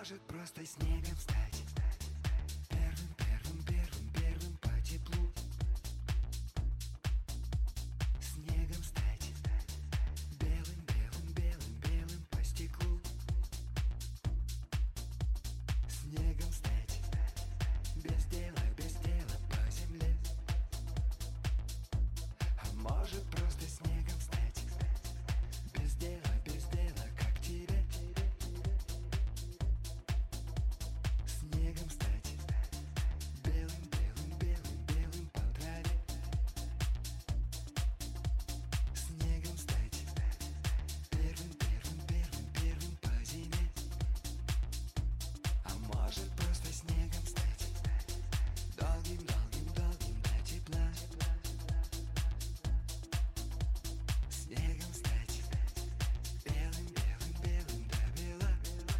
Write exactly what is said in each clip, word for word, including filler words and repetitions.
может просто снегом стать. Первым, первым, первым, первым по теплу. Снегом стать. Белым, белым, белым, белым по стеклу. Снегом стать. Без дела, без дела по земле. А может просто снегом стать. Без дела, без дела, как тебе. Снегом стать. Белым, белым, белым, белым по траве. Снегом стать. Первым, первым, первым, первым по зиме. А может просто снегом стать. Долгим, долгим, долгим до тепла. Снегом стать. Белым, белым, белым до бела.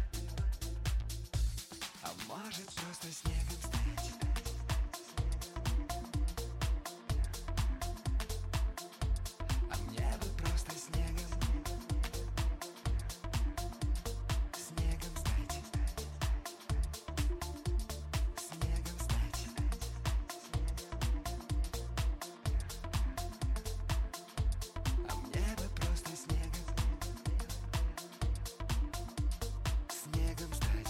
А может просто снегом стать. А мне бы просто снегом. Снегом стать. Снегом стать. А мне бы просто снегом. Снегом стать.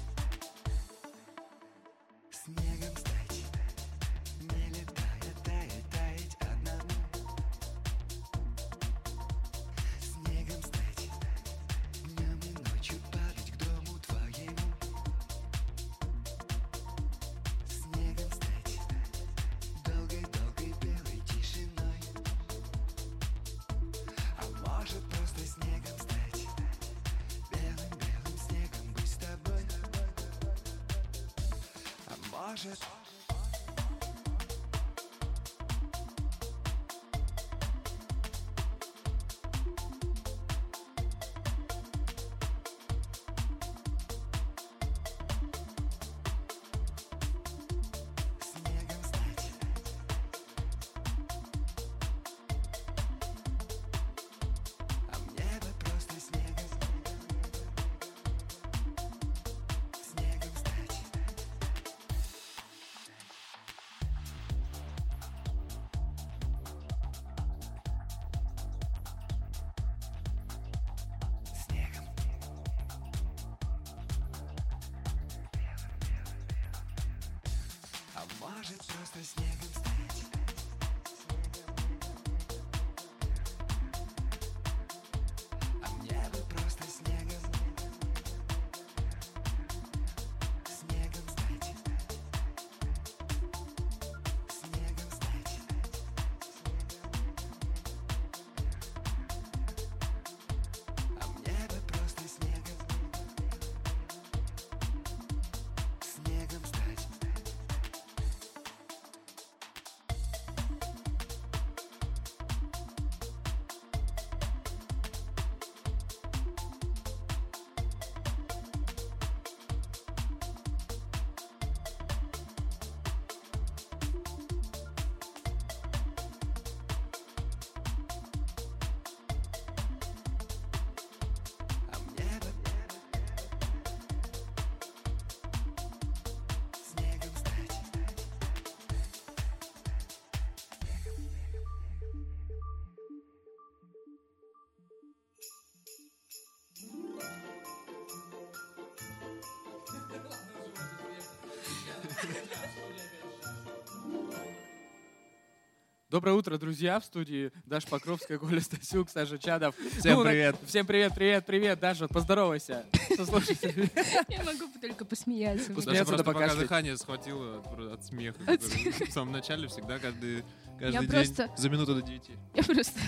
Снегом стать. Не летая, таять, таять одному. Снегом стать. Днем и ночью падать к дому твоему. Снегом стать. Долгой-долгой белой тишиной. А может просто снегом стать. Белым-белым снегом быть с тобой. А может... Снегом стать. А мне бы просто снегом. Снегом стать. Снегом. А может просто снегом стать. А мне бы просто снегом. Снегом стать. Снегом стать. А мне бы просто снегом. Снегом стать. А мне бы снегом стать. Доброе утро, друзья, в студии Даша Покровская, Коля Стасюк, Саша Чадов. Всем Ну, на- привет. Всем привет, привет, привет. Даша, поздоровайся со слушателями. Я могу только посмеяться. Пусть- Даже Смеяться просто да пока покашлять. дыхание схватило от, от смеха, который в самом начале всегда, каждый, каждый Я день, просто- за минуту до девяти. Я просто...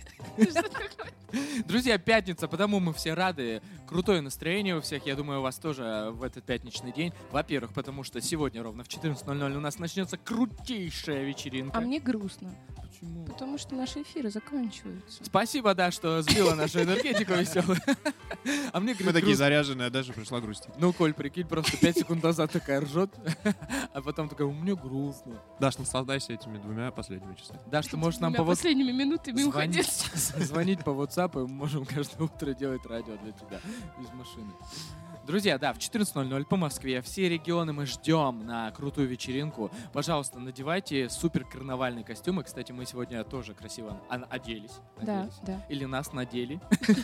Друзья, пятница, потому мы все рады. Крутое настроение у всех. Я думаю, у вас тоже в этот пятничный день. Во-первых, потому что сегодня ровно в четырнадцать ноль ноль у нас начнется крутейшая вечеринка. А мне грустно, Почему? потому что наши эфиры заканчиваются. Спасибо, да, что сбила нашу энергетику веселую. А мне Мы говорит, такие грустно. заряженные, а даже пришла грустить. Ну, Коль, прикинь, просто пять секунд назад такая ржет, а потом такая, у меня грустно. Даш, наслаждайся этими двумя последними часами. Да, что может нам Двумя по вот последними минутами звонить, уходить. звонить по WhatsApp, и мы можем каждое утро делать радио для тебя из машины. Друзья, да, в четырнадцать ноль ноль по Москве все регионы мы ждем на крутую вечеринку. Пожалуйста, надевайте супер карнавальные костюмы. Кстати, мы сегодня тоже красиво о- оделись. Да, оделись. да. Или нас надели.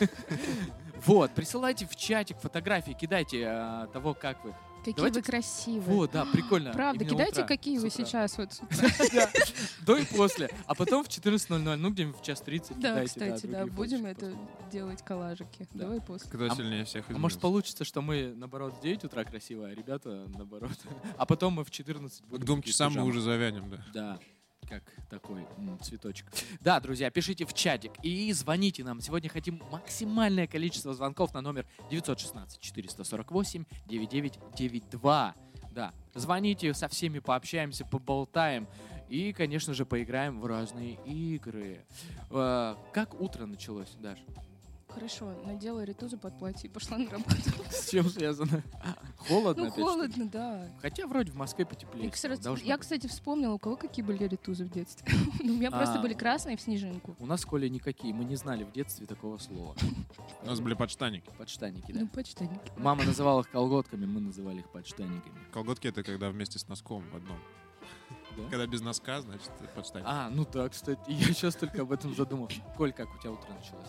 Вот, присылайте в чатик фотографии, кидайте э, того, как вы. Какие Давайте- вы красивые. Вот, да, прикольно. Правда, Именно кидайте, утра, какие с вы утра. сейчас вот с утра. Да, до и после. А потом в четырнадцать ноль ноль, ну где-нибудь в час тридцать Да, кидайте. кстати, да, другие будем фоточки это просто. делать коллажики. Да. Давай после. Кто А- сильнее всех А изменился? может получится, что мы, наоборот, в девять утра красиво, а ребята, наоборот. А потом мы в четырнадцать будем К двум такие в часам мы пижамах. уже завянем, да. Да, как такой м, цветочек. Да, друзья, пишите в чатик и звоните нам. Сегодня хотим максимальное количество звонков на номер девятьсот шестнадцать четыреста сорок восемь девяносто девять девяносто два. Да, звоните, со всеми пообщаемся, поболтаем и, конечно же, поиграем в разные игры. Э, Как утро началось, Даш? Хорошо, надела ритузу под платье и пошла на работу. С чем связано? Холодно Ну, опять, что ли? холодно, да. Хотя вроде в Москве И, потеплее. кстати, должно я, быть. кстати, вспомнила, у кого какие были ритузы в детстве. Ну, У меня просто А. были красные в снежинку. У нас в школе никакие. Мы не знали в детстве такого слова. У нас были подштанники. Подштанники, да. Ну, почти. Мама называла их колготками, мы называли их подштанниками. Колготки — это когда вместе с носком в одном. Да? Когда без носка, значит, подштанник. А, ну да, кстати, я сейчас только об этом задумался. Коль, как у тебя утро началось?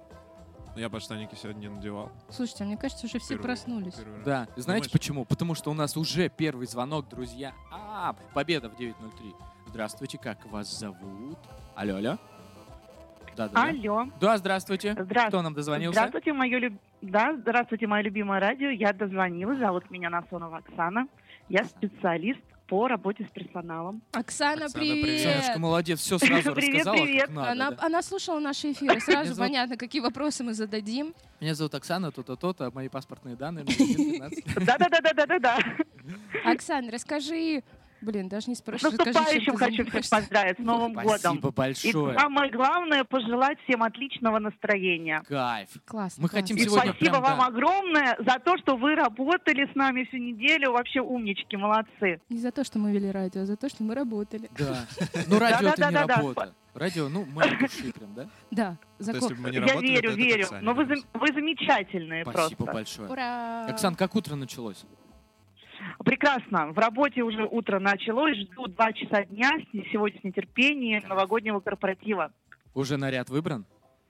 Я подштанники сегодня не надевал. Слушайте, а мне кажется, уже все Впервые. проснулись. Первый раз. Да, знаете Думаешь? почему? Потому что у нас уже первый звонок, друзья. А, победа в девять ноль три. Здравствуйте, как вас зовут? Алло, алло. Да, да, да. Алло. Да, здравствуйте. Здравствуйте. Кто нам дозвонился? Здравствуйте, мое люб... да, здравствуйте, мое любимое радио. Я дозвонилась. Зовут меня Насонова Оксана. Я специалист по работе с персоналом. Оксана, Оксана, привет! привет. Саночка, молодец, все сразу Привет, рассказала, привет. как надо. Она, да. она слушала наши эфиры, Меня сразу зовут- понятно, какие вопросы мы зададим. Меня зовут Оксана, то-то, то-то, мои паспортные данные. номер один пятнадцать. Да-да-да-да-да-да. Оксана, расскажи... Блин, даже не С спрашиваю, скажи, чем наступающим ты хочу всех занимаешься. поздравить, с Новым годом. Спасибо И большое. самое главное, пожелать всем отличного настроения. Кайф. Классно. Мы классно. хотим И сегодня спасибо прям, вам да. огромное за то, что вы работали с нами всю неделю. Вообще умнички, молодцы. Не за то, что мы вели радио, а за то, что мы работали. Да. Ну, радио это не Да-да-да-да-да. работа. Радио, ну, мы от души прям, да? Да, То закон. есть, если бы мы не Я работали, верю, то это верю. Оксане Но вы, нравится. зам- вы замечательные Спасибо просто. большое. Ура! Оксан, как утро началось? Прекрасно. В работе уже утро началось. Жду два часа дня. с- Сегодня с нетерпением новогоднего корпоратива. Уже наряд выбран?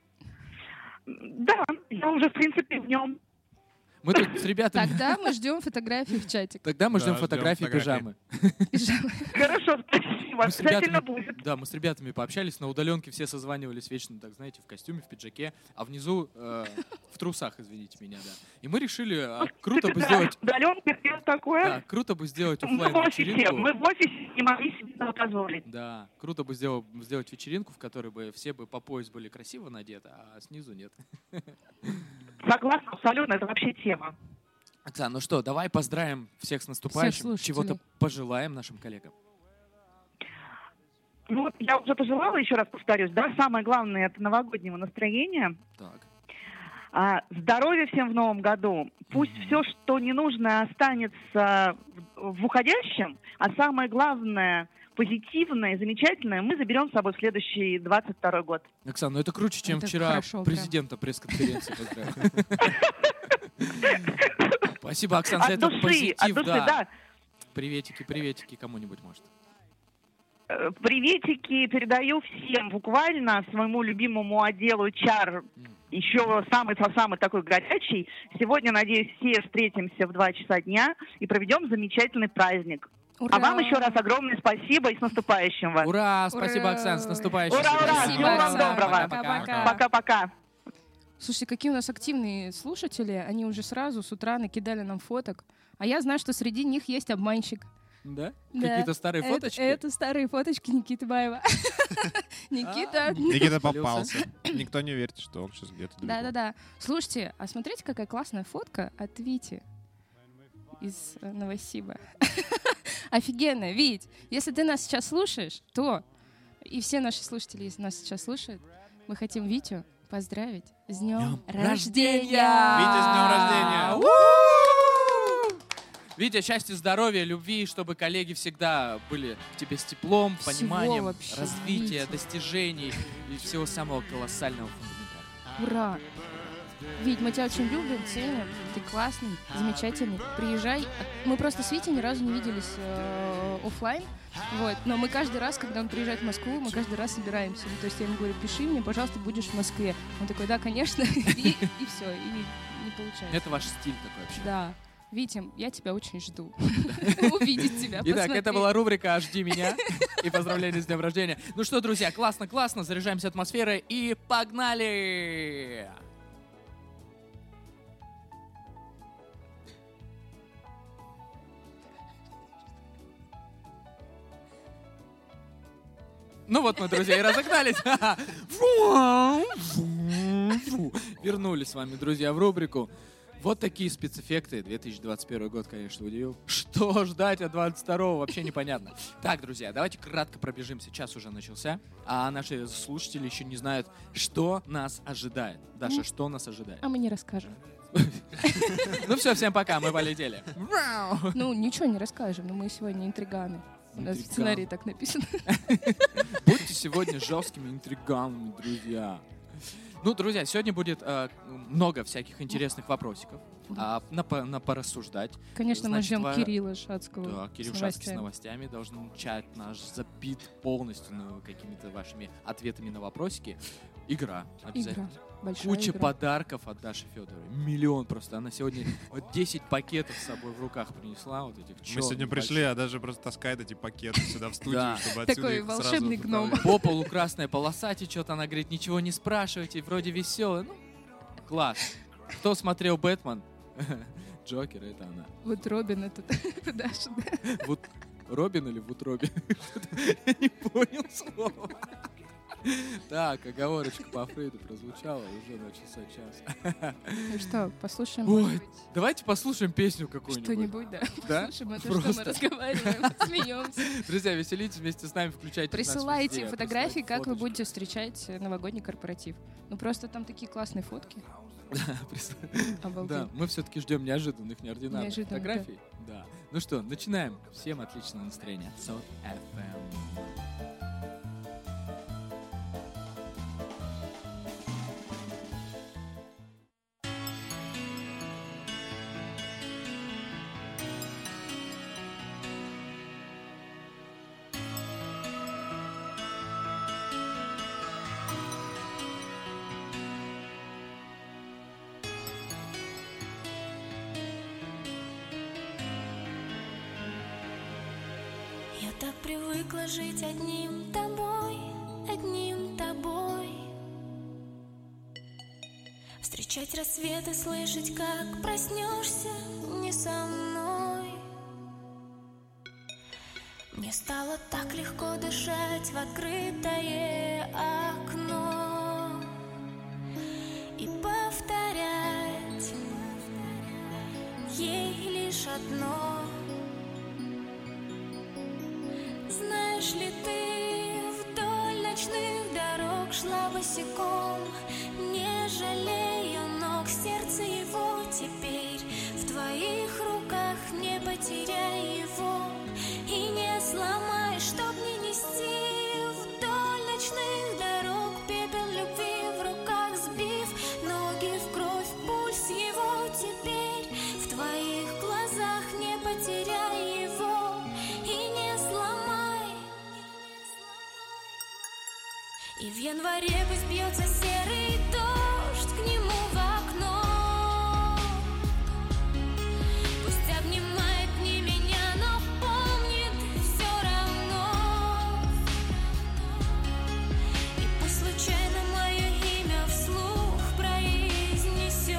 Да, я уже, в принципе, в нем. Мы тут с ребятами... Тогда мы ждем фотографии в чатик. Тогда мы Да, ждем ждем фотографии фотографии. пижамы. Пижамы. Хорошо, спасибо. Мы с Обязательно ребятами, будет. да, мы с ребятами пообщались, на удаленке все созванивались вечно, так знаете, в костюме, в пиджаке, а внизу э, в трусах, извините меня, да. И мы решили, а, круто бы Да, сделать, удаленка, это такое. да, круто бы сделать Мы в оффлайн офисе. вечеринку. Мы в офисе не могли себе этого позволить. Да, круто бы сделал- сделать вечеринку, в которой бы все бы по пояс были красиво надеты, а снизу нет. Согласна, абсолютно. Это вообще тема. Оксана, ну что, давай поздравим всех с наступающим, слушателей. чего-то пожелаем нашим коллегам. Ну вот я уже пожелала, еще раз повторюсь, да, самое главное это новогоднего настроения. Так. А, здоровья всем в новом году. Пусть Мгм. все, что не нужно, останется в, в уходящем, а самое главное, позитивное, замечательное, мы заберем с собой в следующий двадцать второй год. Оксана, ну это круче, чем Это вчера хорошо прям. президента пресс-конференции поздравил. Спасибо, Оксана, за От этот души, позитив, от души, да. да. Приветики, приветики кому-нибудь, может. Э, Приветики передаю всем буквально своему любимому отделу эйч ар, М. еще самый-самый такой горячий. Сегодня, надеюсь, все встретимся в два часа дня и проведем замечательный праздник. Ура! А вам еще раз огромное спасибо и с наступающим вас. Ура, спасибо, Ура! Оксан, с наступающим. Ура, ура, тебя. всего вам Пока-пока. доброго. Пока-пока. Пока-пока. Слушайте, какие у нас активные слушатели. Они уже сразу с утра накидали нам фоток. А я знаю, что среди них есть обманщик. Да? Да. Какие-то старые Это- фоточки? Это старые фоточки Никиты Баева. Никита. Никита Спалился. попался. Никто не верит, что он сейчас где-то далеко. Да-да-да. Слушайте, а смотрите, какая классная фотка от Вити из э, Новосиба. Офигенно, Вить. Если ты нас сейчас слушаешь, то и все наши слушатели, если нас сейчас слушают, мы хотим Витю поздравить с днем Днем рождения! Витя, с днем рождения! У-у-у! Витя, счастья, здоровья, любви, чтобы коллеги всегда были к тебе с теплом, Всего пониманием, вообще, развития, Витя. достижений и всего самого колоссального фундаментального. Ура! Вить, мы тебя очень любим, ценим. Ты классный, замечательный. Приезжай. Мы просто с Витей ни разу не виделись э, оффлайн. Вот. Но мы каждый раз, когда он приезжает в Москву, мы каждый раз собираемся. Ну, то есть я ему говорю, пиши мне, пожалуйста, будешь в Москве. Он такой, да, конечно. И, и все, и не получается. Это ваш стиль такой вообще. Да. Витя, я тебя очень жду. Увидеть тебя, Итак, посмотреть. это была рубрика «Жди меня» и поздравления с днем рождения. Ну что, друзья, классно-классно, заряжаемся атмосферой и погнали! Ну вот мы, друзья, и разогнались. Вернулись с вами, друзья, в рубрику. Вот такие спецэффекты. две тысячи двадцать первый год, конечно, удивил. Что ждать от двадцать второго, вообще непонятно. Так, друзья, давайте кратко пробежимся. Час уже начался, а наши слушатели еще не знают, что нас ожидает. Даша, что нас ожидает? А мы не расскажем. Ну все, всем пока, мы полетели. Ну, ничего не расскажем, но мы сегодня интриганы. У нас в Интриган. сценарии так написано. Будьте сегодня жесткими интриганами, друзья. Ну, друзья, сегодня будет э, много всяких интересных вопросиков а, на, по- на порассуждать. Конечно, мы Значит, ждем ва- Кирилла Шацкого. Да, с Кирилл Шацкий с новостями. новостями должен чат наш забит полностью ну, какими-то вашими ответами на вопросики. Игра обязательно. Игра. Большая Куча игра. подарков от Даши Федоровой. Миллион просто. Она сегодня вот десять пакетов с собой в руках принесла. Вот этих Мы чёрных, сегодня пришли, а даже просто таскает эти пакеты сюда в студию, Да. чтобы Такой отсюда их волшебный сразу гном. вытаскивать. По полу красная полоса течет, она говорит, ничего не спрашивайте, вроде веселая. Ну, класс. Кто смотрел «Бэтмен»? Джокер, это она. Вот Робин это Даша, да? Вот Робин или вот Робин? Я не понял слова. Так, оговорочка по Фрейду прозвучала, уже начался час. Ну что, послушаем, Ой, может быть, давайте послушаем песню какую-нибудь. что-нибудь, да? Да? Послушаем, а то, что мы Просто. разговариваем, смеемся. Друзья, веселитесь вместе с нами, включайте нас Присылайте везде, фотографии, присылайте как вы фоточки. будете встречать э, новогодний корпоратив. Ну просто там такие классные фотки. Прис- Обалдеть. Да, мы все-таки ждем неожиданных, неординарных Неожиданных, фотографий. Да. Ну что, начинаем. Всем отличного настроения. Сот эф эм. Я так привыкла жить одним тобой, одним тобой. Встречать рассветы, слышать, как проснешься не со мной. Мне стало так легко дышать в открытое окно и повторять ей лишь одно. Знаешь ли ты, вдоль ночных дорог шла босиком, не жалея ног, сердце его теперь в твоих руках, не потеряй его и не сломай, чтоб не нести вдоль ночных дорог пепел любви в руках, сбив ноги в кровь, пульс его теперь в твоих глазах, не потеряй его и не сломай. И в январе пусть бьется серый дождь к нему в окно. Пусть обнимает не меня, но помнит все равно. И пусть случайно мое имя вслух произнесет.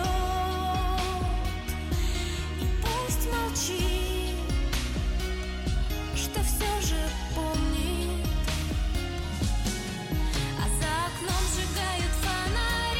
И пусть молчит, что все же помнит. А за окном сжигают фонари.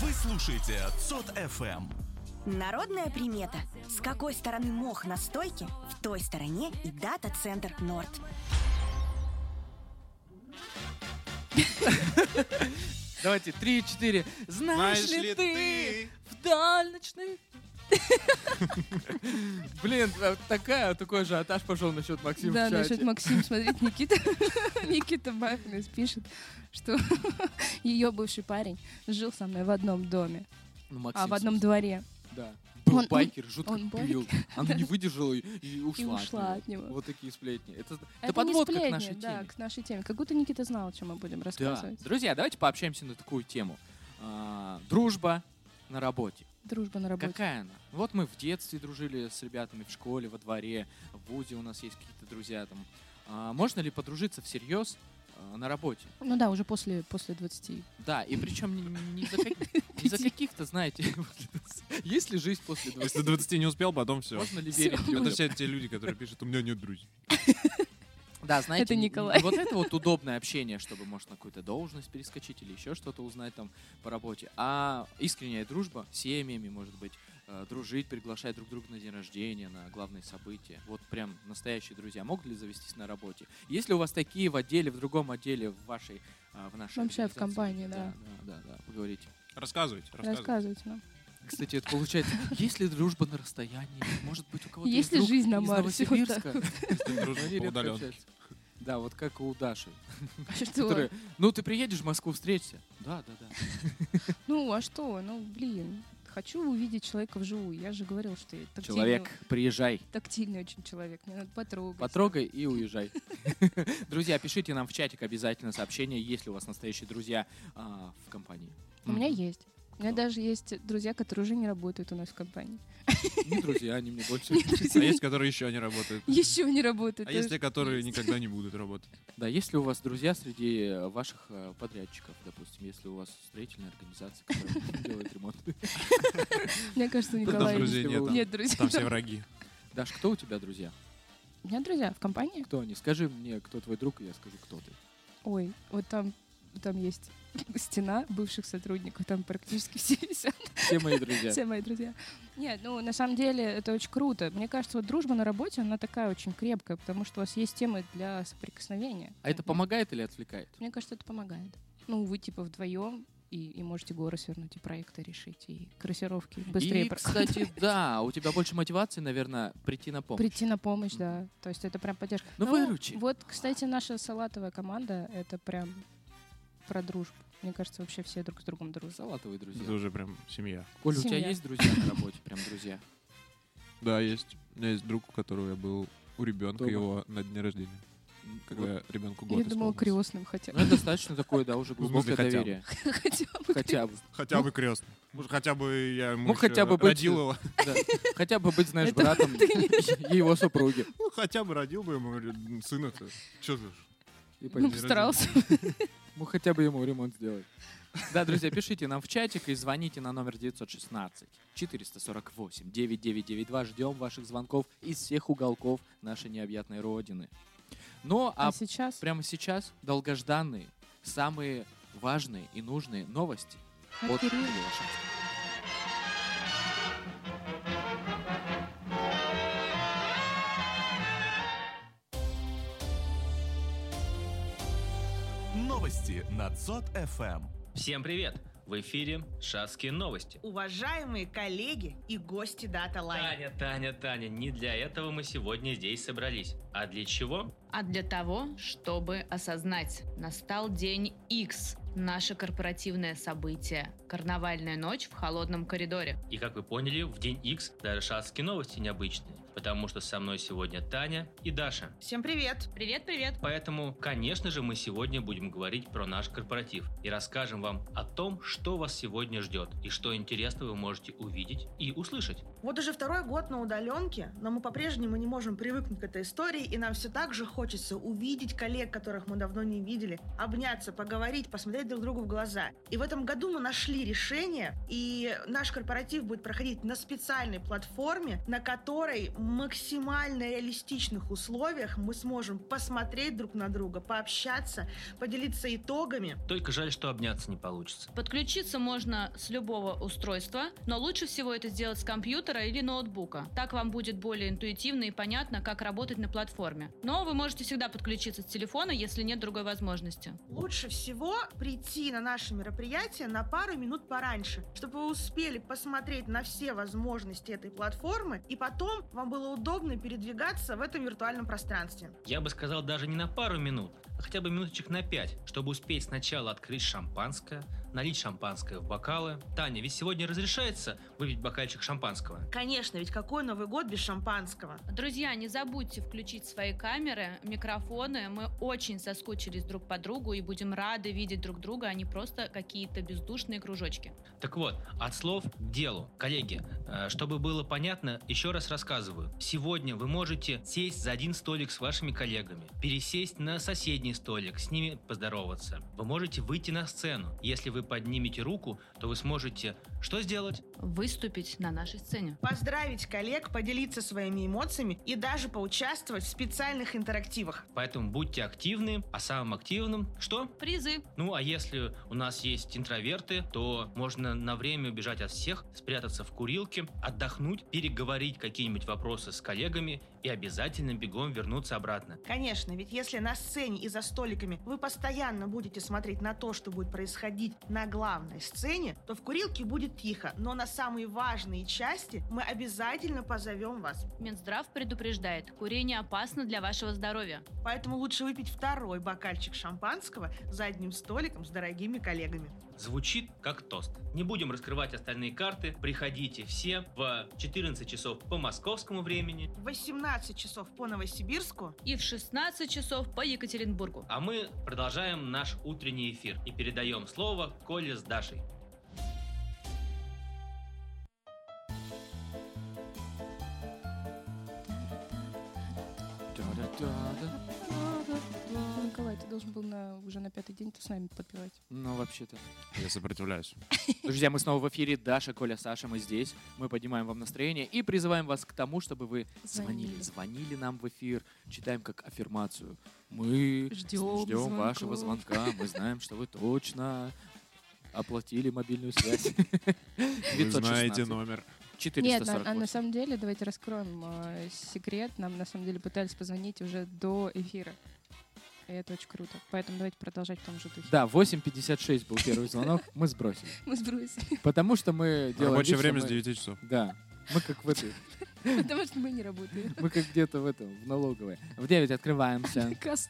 Вы слушаете ЦОТ эф эм. Народная примета. С какой стороны мох на стойке, в той стороне и дата-центр Норд. Давайте, три, четыре. Знаешь ли ты вдаль ночных... Блин, такая, такой ажиотаж пошел насчет Максима Да, в чате. насчет Максима, смотрите, Никита, Никита Баффинес пишет, что ее бывший парень жил со мной в одном доме, Ну, Максим, а в одном собственно. дворе. Да. Был Он- байкер, жутко он пил. Она не выдержала и, и ушла, ушла от, от него. него. Вот такие сплетни. Это, это Это не подводка сплетни, к нашей да, теме. к нашей теме. Как будто Никита знал, о чем мы будем Да. рассказывать. Друзья, давайте пообщаемся на такую тему. А, дружба на работе. Дружба на работе. Какая она? Вот мы в детстве дружили с ребятами в школе, во дворе, в вузе у нас есть какие-то друзья там. А, можно ли подружиться всерьез а, на работе? Ну да, уже после, после двадцати. Да, и причем не, не за, как- не за каких-то, знаете, есть ли жизнь после Если двадцати? до двадцати не успел, потом все. Можно ли верить Это людям? все те люди, которые пишут, у меня нет друзей. Да, знаете, Это н- Николай. н- вот это вот удобное общение, чтобы, может, на какую-то должность перескочить или еще что-то узнать там по работе. А искренняя дружба с семьями, может быть, э, дружить, приглашать друг друга на день рождения, на главные события. Вот прям настоящие друзья могут ли завестись на работе? Если у вас такие в отделе, в другом отделе, в вашей, э, в нашей Вообще в организации, компании, да. Да, да, да, поговорите. Рассказывайте, рассказывайте. Рассказывайте нам. Кстати, это получается, есть ли дружба на расстоянии? Может быть, у кого-то Есть ли друг жизнь на из Марсе? Вот Новосибирска? Дружба Они по редко удаленке. общаются. Да, вот как у Даши. Что? Которые, ну, ты приедешь в Москву, встретишься. Да, да, да. Ну, а что? Ну, блин. Хочу увидеть человека вживую. Я же говорил, что я тактильный, Человек, приезжай, тактильный очень человек. Мне надо потрогать. потрогай и уезжай. Друзья, пишите нам в чатик обязательно сообщение, есть ли у вас настоящие друзья а, в компании. У меня Мгм. есть. У меня даже есть друзья, которые уже не работают у нас в компании. Не друзья, они мне больше. А есть, которые еще не работают. Еще не работают. А есть те, тоже. которые никогда не будут работать. Да, есть ли у вас друзья среди э, ваших э, подрядчиков, допустим, если у вас строительная организация, которая делает ремонт? Мне кажется, у Там Николая друзей если нет. вы- там- нет друзей. Там все враги. Даш, кто у тебя друзья? У меня друзья в компании. Кто они? Скажи мне, кто твой друг, и я скажу, кто ты. Ой, вот там, там есть стена бывших сотрудников, там практически все висят. Все мои друзья. Все мои друзья. Нет, ну, на самом деле, это очень круто. Мне кажется, вот дружба на работе, она такая очень крепкая, потому что у вас есть темы для соприкосновения. А это помогает или отвлекает? Мне кажется, это помогает. Ну, вы типа вдвоем и, и можете горы свернуть, и проекты решить, и красировки быстрее И, проходят. кстати, да, у тебя больше мотивации, наверное, прийти на помощь. Прийти на помощь, да. То есть это прям поддержка. Ну, выручи. Вот, кстати, наша салатовая команда, это прям про дружбу. Мне кажется, вообще все друг с другом дружат. Салатовые друзья. Это уже прям семья. Коля, у тебя Семья. есть друзья на работе? Прям друзья. Да, есть. У меня есть друг, у которого я был у ребенка Дома. его на дне рождения, М, когда вот. ребенку год Я думала, исполнился. крестным хотя Ну, это достаточно такое, да, уже В смысле, глубокое хотя бы. доверие. хотя бы. Хотя бы. Хотя бы крестный. Может, хотя бы я ему Ну, еще хотя бы быть- родил его. Да. Хотя бы быть, знаешь, Это братом и его супруги. Ну, хотя бы родил бы ему ре- сына-то. Че же? И Ну, пойди. постарался. Ну, хотя бы ему ремонт сделать. Да, друзья, пишите нам в чатик и звоните на номер девятьсот шестнадцать четыреста сорок восемь девяносто девять девяносто два. Ждем ваших звонков из всех уголков нашей необъятной родины. Ну, а А сейчас прямо сейчас долгожданные, самые важные и нужные новости от от Кирилла. Кирилла Шацкого. Новости на ЦОТ эф эм. Всем привет! В эфире «Шацкие новости». Уважаемые коллеги и гости Data Line. Таня, Таня, Таня, не для этого мы сегодня здесь собрались. А для чего? А для того, чтобы осознать, настал день X, наше корпоративное событие, карнавальная ночь в холодном коридоре. И как вы поняли, в день X даже «Шацкие новости» необычные. Потому что со мной сегодня Таня и Даша. Всем привет. Привет-привет! Поэтому, конечно же, мы сегодня будем говорить про наш корпоратив и расскажем вам о том, что вас сегодня ждет и что интересного вы можете увидеть и услышать. Вот уже второй год на удаленке, но мы по-прежнему не можем привыкнуть к этой истории сценарий, и нам все так же хочется увидеть коллег, которых мы давно не видели, обняться, поговорить, посмотреть друг другу в глаза. И в этом году мы нашли решение, и наш корпоратив будет проходить на специальной платформе, на которой в максимально реалистичных условиях мы сможем посмотреть друг на друга, пообщаться, поделиться итогами. Только жаль, что обняться не получится. Подключиться можно с любого устройства, но лучше всего это сделать с компьютера или ноутбука. Так вам будет более интуитивно и понятно, как работать на платформе. Но вы можете всегда подключиться с телефона, если нет другой возможности. Лучше всего прийти на наше мероприятие на пару минут пораньше, чтобы вы успели посмотреть на все возможности этой платформы, и потом вам было удобно передвигаться в этом виртуальном пространстве. Я бы сказал даже не на пару минут, а хотя бы минуточек на пять, чтобы успеть сначала открыть шампанское, налить шампанское в бокалы. Таня, ведь сегодня разрешается выпить бокальчик шампанского? Конечно, ведь какой Новый год без шампанского? Друзья, не забудьте включить свои камеры, микрофоны. Мы очень соскучились друг по другу и будем рады видеть друг друга, а не просто какие-то бездушные кружочки. Так вот, от слов к делу. Коллеги, э, чтобы было понятно, еще раз рассказываю. Сегодня вы можете сесть за один столик с вашими коллегами, пересесть на соседний столик, с ними поздороваться. Вы можете выйти на сцену. Если вы поднимете руку, то вы сможете что сделать? Выступить на нашей сцене. Поздравить коллег, поделиться своими эмоциями и даже поучаствовать в специальных интерактивах. Поэтому будьте активны, а самым активным что? Призы. Ну, а если у нас есть интроверты, то можно на время убежать от всех, спрятаться в курилке, отдохнуть, переговорить какие-нибудь вопросы с коллегами и обязательно бегом вернуться обратно. Конечно, ведь если на сцене и за столиками вы постоянно будете смотреть на то, что будет происходить на главной сцене, то в курилке будет тихо, но на самые важные части мы обязательно позовем вас. Минздрав предупреждает, курение опасно для вашего здоровья. Поэтому лучше выпить второй бокальчик шампанского за одним столиком с дорогими коллегами. Звучит как тост. Не будем раскрывать остальные карты. Приходите все в четырнадцать часов по московскому времени, В восемнадцать часов по Новосибирску и в шестнадцать часов по Екатеринбургу. а мы продолжаем наш утренний эфир и передаем слово Коле с Дашей. Николай, ты должен был на, уже на пятый день с нами подпевать. Ну, вообще-то. Я сопротивляюсь. Друзья, мы снова в эфире. Даша, Коля, Саша, мы здесь. Мы поднимаем вам настроение и призываем вас к тому, чтобы вы звонили. Звонили. Звонили нам в эфир. Читаем как аффирмацию. Мы Ждем ждем звонков. вашего звонка. Мы знаем, что вы точно оплатили мобильную связь. Вы знаете номер. Нет, четыреста на, сорок а на восемь. самом деле, давайте раскроем э, секрет. Нам на самом деле пытались позвонить уже до эфира. И это очень круто. Поэтому давайте продолжать в том же духе. Да, восемь пятьдесят шесть был первый звонок. Мы сбросили. Мы сбросили. Потому что мы делаем Рабочее вид, что время с мы- девяти часов. Да. Мы как в этой... Потому что мы не работаем. Мы как где-то в этом, в налоговой. В девять открываемся. Касса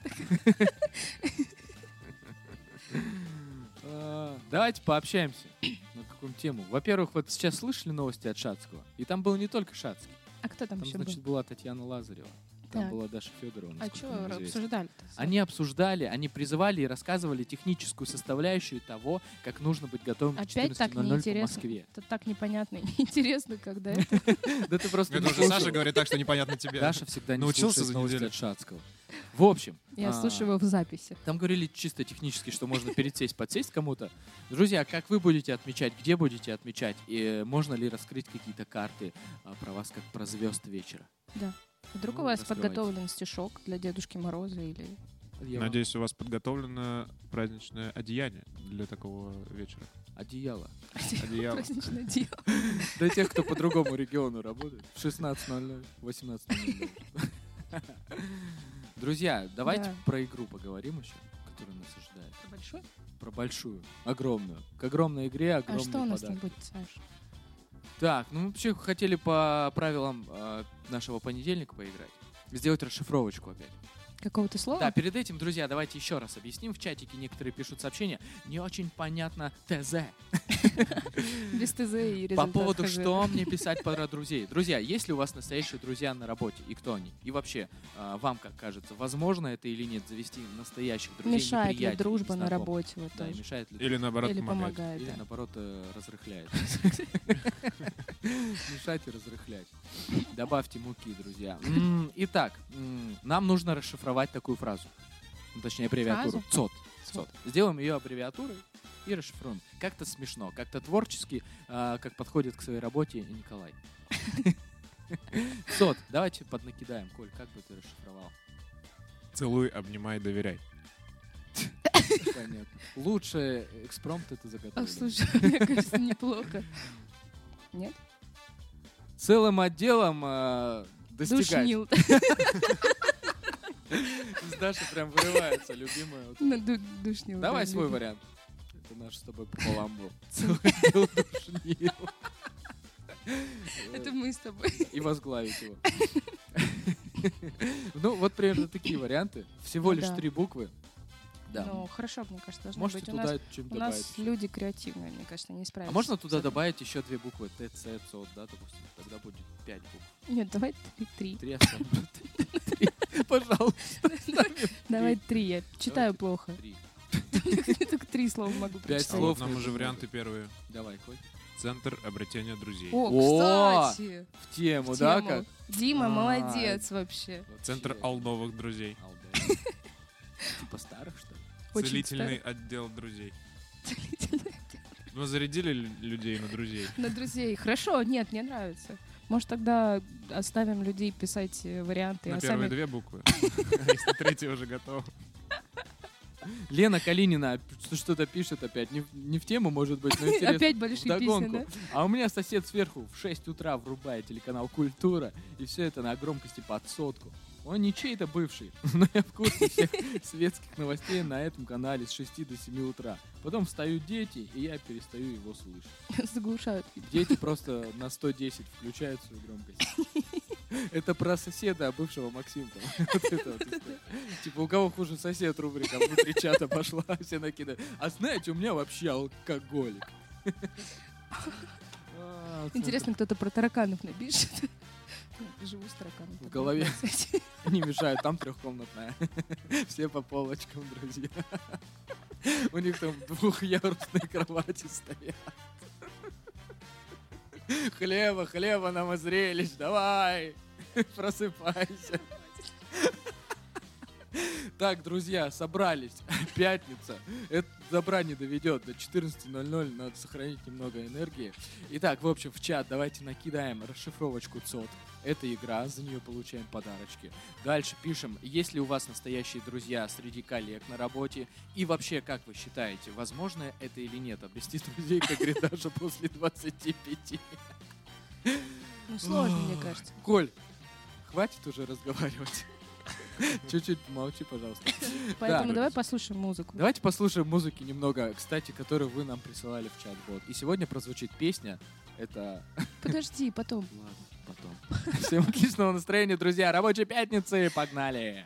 А, Давайте пообщаемся. На какую тему? Во-первых, вот сейчас слышали новости от Шацкого? И там был не только Шацкий. А кто там Там, еще значит, был? была Татьяна Лазарева. Там Так. была Даша Федорова. А насколько что мне известно. обсуждали-то? Они обсуждали, они призывали и рассказывали техническую составляющую того, как нужно быть готовым к Опять так четырнадцати ноль ноль по неинтересно. Москве. Это так непонятно и неинтересно, когда это... Да ты просто Это не уже слушал. Саша говорит так, что непонятно тебе. Даша всегда не Научился слушает за новости неделю? от Шацкого. В общем, Я а, слушаю его в записи. там говорили чисто технически, что можно пересесть, подсесть кому-то. Друзья, как вы будете отмечать, где будете отмечать, и можно ли раскрыть какие-то карты а, про вас, как про звезд вечера? Да. Вдруг Ну, у вас раскрывайте. подготовлен стишок для Дедушки Мороза или... Я вам- Надеюсь, у вас подготовлено праздничное одеяние для такого вечера. Одеяло. Одеяло. Праздничное дело. Для тех, кто по другому региону работает. В шестнадцать ноль ноль, восемнадцать ноль ноль. Друзья, давайте Да. про игру поговорим еще, которая нас ожидает. Большой? Про большую, огромную. К огромной игре А огромный что у нас там подарок. будет, Саш? Так, ну мы вообще хотели по правилам э, нашего понедельника поиграть. Сделать расшифровочку опять. Какого-то слова? Да, перед этим, друзья, давайте еще раз объясним. В чатике некоторые пишут сообщения. Не очень понятно ТЗ. Без ТЗ и По результат поводу, ХЗ. что мне писать про друзей. Друзья, есть ли у вас настоящие друзья на работе? И кто они? И вообще, а, вам как кажется, возможно это или нет, завести настоящих друзей, Мешает ли неприятелей, дружба на знакомых? работе? Вот Да, и тоже. мешает ли Или наоборот Или помогает. помогает, Или да. наоборот э, разрыхляет. Мешать и разрыхлять. Добавьте муки, друзья. М, Итак, м, нам нужно расшифровать такую фразу. Ну, точнее, аббревиатуру. Фразу? ЦОД. ЦОД. Сделаем ее аббревиатурой и расшифруем. Как-то смешно, как-то творчески, а, как подходит к своей работе Николай. ЦОД. Давайте поднакидаем. Коль, как бы ты расшифровал? Целуй, обнимай, доверяй. Понятно. Лучше экспромт это А, заготовлено. слушай, мне кажется, неплохо. Нет? Целым отделом а, достигать. Душнил. Из Даши прям вырывается любимая. вот На это. ду- Душнил. Давай да, свой любим. вариант. Это наш с тобой пополам был. Целый отдел душнил. Это мы с тобой. И возглавить его. Ну, вот примерно такие варианты. Всего Ну лишь да. три буквы. Да. Ну, хорошо, мне кажется, должно Можете быть. У нас, туда что-нибудь у добавить. нас люди креативные, мне кажется, не А справятся. можно с туда этим. добавить еще две буквы? Т, Ц, ЦОД, да, допустим? Тогда будет пять букв. Нет, давай три. три. Три оставим. Три. Пожалуйста. Давай три, я читаю Давайте плохо. Три. Только три слова могу Пять прочитать. А слов. вот нам это уже много. варианты первые. Давай, Коль. Центр обретения друзей. О, О, кстати. В тему, в да, тему. как? Дима, А, молодец вообще. Центр Вообще. алдовых друзей. Албан. Типа старых, что ли? Очень Целительный отдел друзей. Мы зарядили лю- людей на друзей. На друзей. Хорошо, нет, мне нравится. Может, тогда оставим людей писать э, варианты, На а первые сами... две буквы. Если третья уже готова. Лена Калинина п- что-то пишет опять. Не, в- не в тему, может быть, но интересно. Опять большие Вдогонку. песни, А у меня сосед сверху в шесть утра врубает телеканал «Культура», и все это на громкости под сотку. Он не чей-то бывший, но я в курсе всех светских новостей на этом канале с шести до семи утра. Потом встают дети, и я перестаю его слышать. да? Заглушают. Дети просто на сто десять включают свою громкость. Это про соседа бывшего Максима. Вот это вот история. Типа, у кого хуже сосед, рубрика внутри чата пошла, все накидают. А знаете, у меня вообще алкоголик. А, Интересно, кто-то про тараканов напишет. Живу с тараканом. В голове не мешают, там трехкомнатная. Все по полочкам, друзья. У них там двухъярусные кровати стоят. Хлеба, хлеба нам и зрелищ, давай, просыпайся. Так, друзья, собрались. Пятница. Это добра не доведет. До четырнадцати ноль-ноль надо сохранить немного энергии. Итак, в общем, в чат давайте накидаем расшифровочку ЦОД. Это игра, за нее получаем подарочки. Дальше пишем, есть ли у вас настоящие друзья среди коллег на работе. И вообще, как вы считаете, возможно это или нет? Обрести друзей, как говорит Даша, после двадцати пяти. Ну, сложно, мне кажется. Коль, хватит уже разговаривать. Чуть-чуть молчи, пожалуйста. Поэтому Да. давай послушаем музыку. Давайте послушаем музыки немного, кстати, которую вы нам присылали в чат-бот. И сегодня прозвучит песня. Это... Подожди, потом. Ладно, потом. Всем отличного настроения, друзья. Рабочей пятницы. Погнали.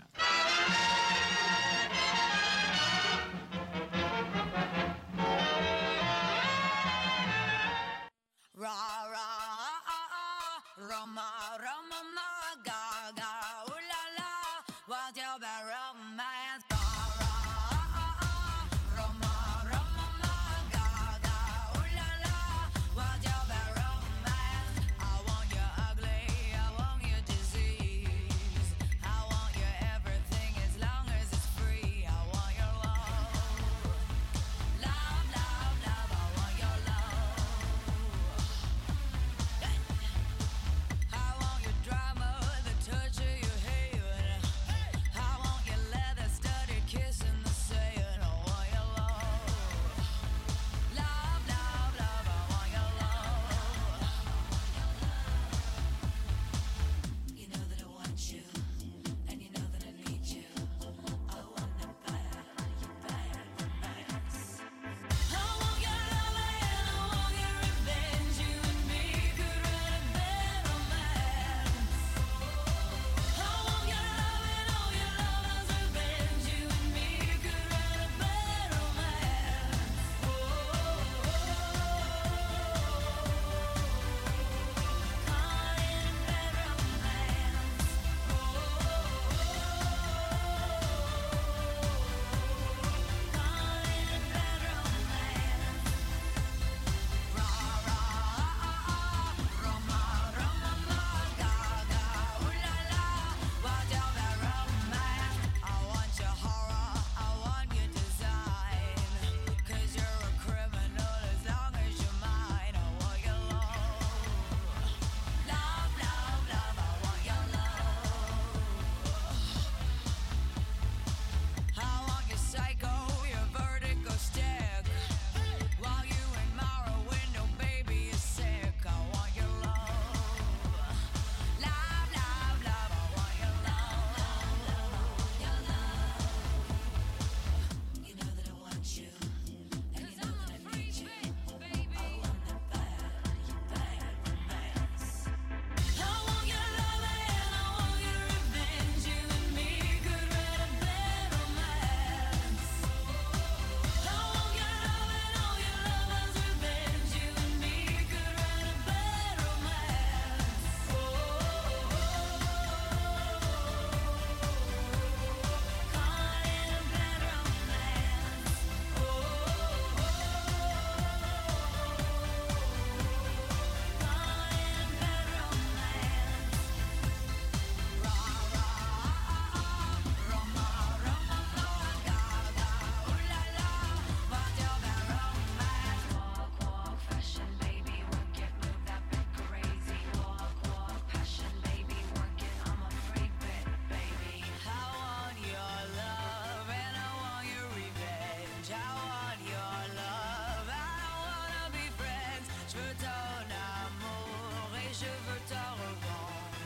Everything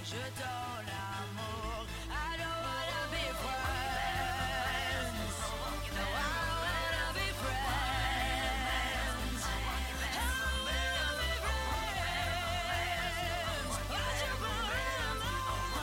je donne l'amour. I don't wanna be friends. No, I don't wanna be friends. I don't wanna be friends. Why'd you borrow my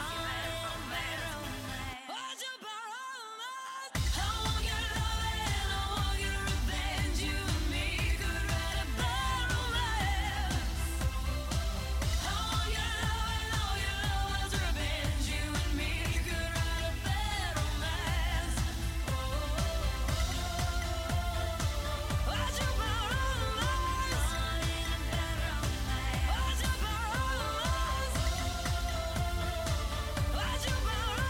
Why'd you borrow my I want your love and I want your revenge. You and me could write a bad romance. I want your love and all your love's revenge. You and me could write a bad romance. Why'd you borrow my Why'd you borrow Why'd you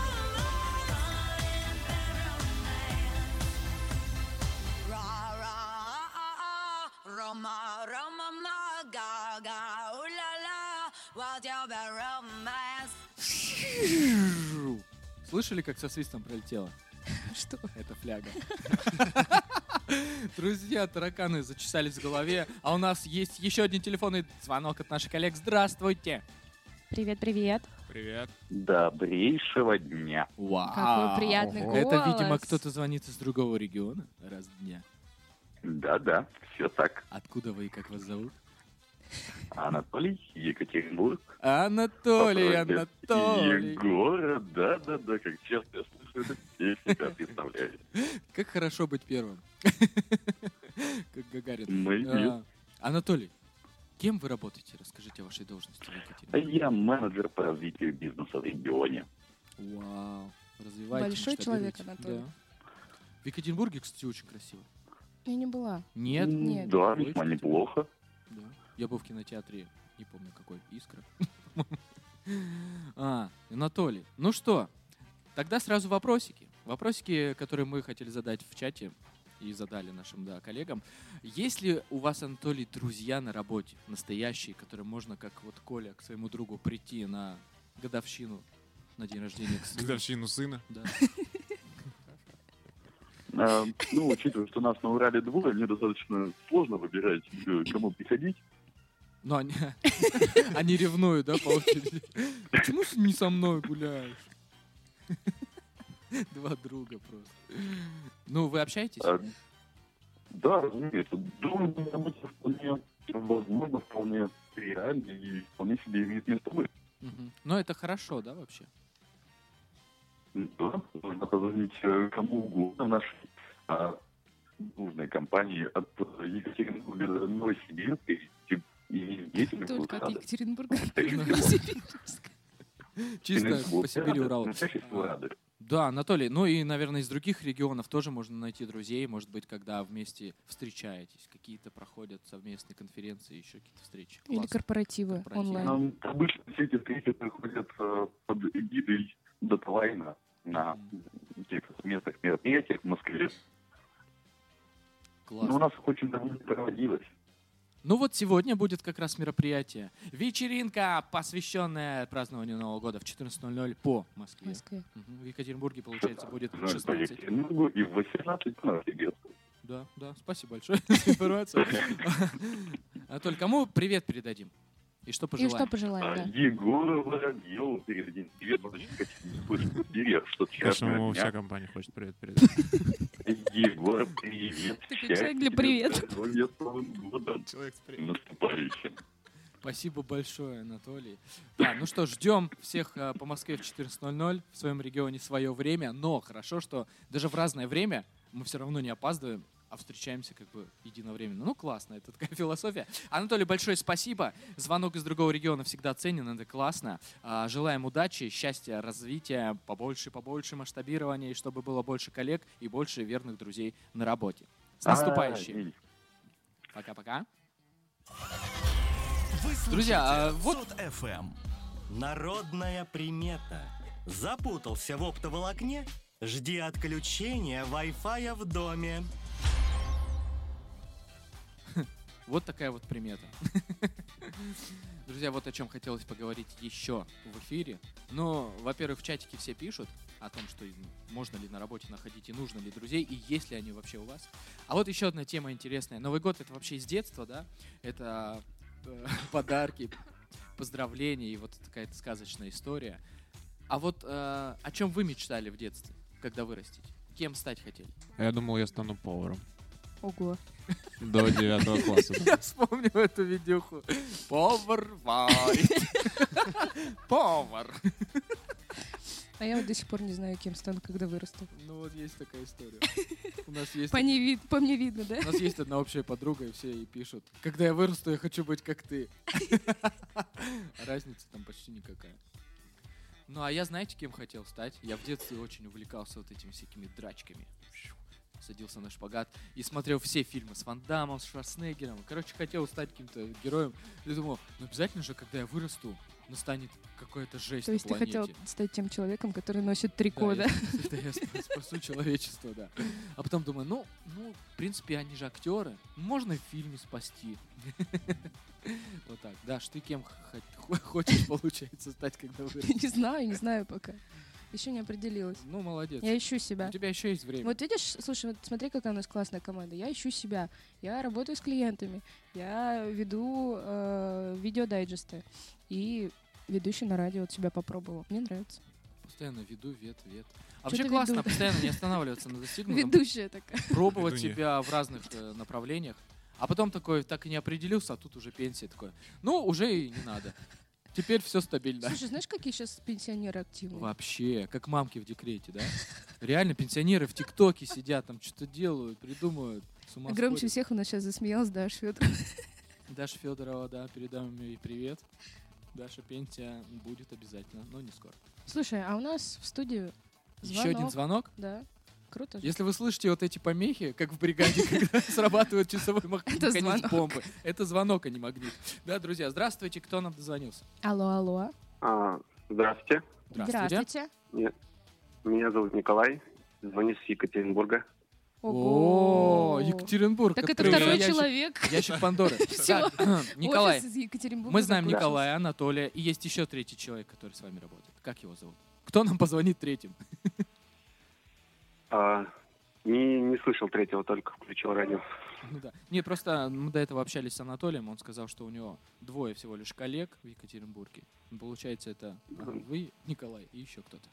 Ra ra Roma Roma ma ga ga ooh la la what's your bad romance? Слышали, как со свистом пролетело? Что? Это фляга. Друзья, тараканы зачесались в голове. А у нас есть еще один телефонный звонок от наших коллег. Здравствуйте. Привет, привет. Привет. Добрейшего дня. Вау. Какой приятный голос. Это, видимо, кто-то звонит из другого региона раз в дня. Да-да, все так. Откуда вы и как вас зовут? Анатолий, Екатеринбург. Анатолий, По Анатолий. Егора, да-да-да, как часто я слышу эту песню, себя представляете. Как хорошо быть первым. Как Гагарин. Мою. А, Анатолий, кем вы работаете? Расскажите о вашей должности в Екатеринбурге. Я менеджер по развитию бизнеса в регионе. Вау. Развивайте. Большой человек, масштабируйте. Анатолий. Да. В Екатеринбурге, кстати, очень красиво. Я не была. Нет? Нет. Да, Ой, весьма что-то- неплохо. Да. Я был в кинотеатре, не помню какой, «Искра». А, Анатолий, ну что, тогда сразу вопросики. Вопросики, которые мы хотели задать в чате и задали нашим, да, коллегам. Есть ли у вас, Анатолий, друзья на работе, настоящие, которые можно, как вот Коля, к своему другу прийти на годовщину, на день рождения? к сыну? Годовщину сына? Да. А, ну, учитывая, что нас на Урале двое, мне достаточно сложно выбирать, э, кому приходить. Ну, они, они ревнуют, да, по очереди? Почему ты не со мной гуляешь? Два друга просто. Ну, вы общаетесь? А, да, разумеется. Думаю, на работе вполне возможно, вполне реально и вполне себе имеет место быть. Мгм. Ну, это хорошо, да, вообще? Да, можно позвонить э, кому угодно в нашей а, нужной компании от э, Екатеринбурга до Новосибирска и, и деятельных Только от Урала. Екатеринбурга. Чисто по Сибири, Уралу. Настоящие Уралы. Да, Анатолий, ну и, наверное, из других регионов тоже можно найти друзей, может быть, когда вместе встречаетесь, какие-то проходят совместные конференции, еще какие-то встречи. Или Классно. корпоративы Корпоративы. онлайн. Нам обычно все эти встречи проходят э, под эгидой Даталайна на каких-то местных мероприятиях в Москве. Классно. Но у нас их очень давно не проводилось. Ну вот сегодня будет как раз мероприятие. Вечеринка, посвященная празднованию Нового года в четырнадцать ноль ноль по Москве. Москве. Мгм. В Екатеринбурге, получается, будет в Ну, по шестнадцать. Екатеринбургу и в восемнадцать по Новосибирску. Да, да, спасибо большое за информацию. Анатолий, кому привет передадим? И что И пожелаем? что пожелаем, да. Егору Воробьеву передадим привет, значит, Екатеринбург, берег, что Конечно, ему вчерашнего вся дня. компания хочет привет передать. Егор, привет. Ты как человек для привета. Здоровья, с Новым годом. Человек с привет. Наступающим. Спасибо большое, Анатолий. Да, ну что, ждем всех э, по Москве в четырнадцать ноль ноль. В своем регионе свое время. Но хорошо, что даже в разное время мы все равно не опаздываем, а встречаемся как бы единовременно. Ну, классно, это такая философия. Анатолий, большое спасибо. Звонок из другого региона всегда ценен, это классно. А, желаем удачи, счастья, развития, побольше, побольше масштабирования, и чтобы было больше коллег и больше верных друзей на работе. С наступающим. Аминь. Пока-пока. Вы Друзья, а слушаете вот- Сот эф эм. Народная примета. Запутался в оптоволокне? Жди отключения Wi-Fi в доме. Вот такая вот примета. Друзья, вот о чем хотелось поговорить еще в эфире. Ну, во-первых, в чатике все пишут о том, что можно ли на работе находить и нужно ли друзей, и есть ли они вообще у вас. А вот еще одна тема интересная. Новый год — это вообще из детства, да? Это э, подарки, поздравления, и вот какая-то сказочная история. А вот э, о чем вы мечтали в детстве, когда вырастете? Кем стать хотели? А я думал, я стану поваром. Ого. До девятого класса. Я вспомнил эту видюху. Повар варит. Повар. А я вот до сих пор не знаю, кем стану, когда вырасту. Ну вот есть такая история. У нас есть... По, не вид- по мне видно, да? У нас есть одна общая подруга, и все ей пишут: когда я вырасту, я хочу быть как ты. А разница там почти никакая. Ну а я, знаете, кем хотел стать? Я в детстве очень увлекался вот этими всякими драчками. Садился на шпагат и смотрел все фильмы с Ван Даммом, с Шварценеггером. Короче, хотел стать каким-то героем. И думал, ну обязательно же, когда я вырасту, настанет какая-то жесть То есть на ты планете. хотел стать тем человеком, который носит трико, да? Да, я, да, я спа- спасу человечество, да. А потом думаю, ну, ну, в принципе, они же актеры. Можно и в фильме спасти. Вот так. Даш, ты кем х- хочешь, получается, стать, когда вырастешь? Не знаю, не знаю пока. Еще не определилась. Ну, молодец. Я ищу себя. У тебя еще есть время. Вот видишь, слушай, вот смотри, какая у нас классная команда. Я ищу себя. Я работаю с клиентами. Я веду э, видеодайджесты. И ведущий на радио вот себя попробовала. Мне нравится. Постоянно веду, вет, вет. А Чё вообще ты классно, веду? постоянно не останавливаться на достигнутом. Ведущая такая. Пробовать Ведунья. себя в разных э, направлениях. А потом такой, так и не определился, а тут уже пенсия такой. Ну, уже и не надо. Теперь все стабильно. Слушай, знаешь, какие сейчас пенсионеры активные? Вообще, как мамки в декрете, да? Реально, пенсионеры в ТикТоке сидят, там что-то делают, придумывают. С ума Громче сходят. всех у нас сейчас засмеялась Даша Федорова. Даша Федорова, да, передам ей привет. Даша, пенсия будет обязательно, но не скоро. Слушай, а у нас в студии звонок. Еще один звонок? Да. Круто же. Если вы слышите вот эти помехи, как в бригаде, когда срабатывает часовой мах- Это механизм звонок. помпы, это звонок, а не магнит. Да, друзья, здравствуйте, кто нам дозвонился? Алло, алло. А, здравствуйте. Здравствуйте. Меня, меня зовут Николай. Звоню с Екатеринбурга. О, Екатеринбург. Так это открыл второй ящик- человек. Ящик Пандоры. Всё. Так, Николай, Офис из Екатеринбурга мы знаем закончился. Николая, Анатолия, и есть еще третий человек, который с вами работает. Как его зовут? Кто нам позвонит третьим? А, не, не слышал третьего, только включил радио. Ну да. Не, просто мы до этого общались с Анатолием, он сказал, что у него двое всего лишь коллег в Екатеринбурге. Ну, получается, это ага, вы, Николай, и еще кто-то.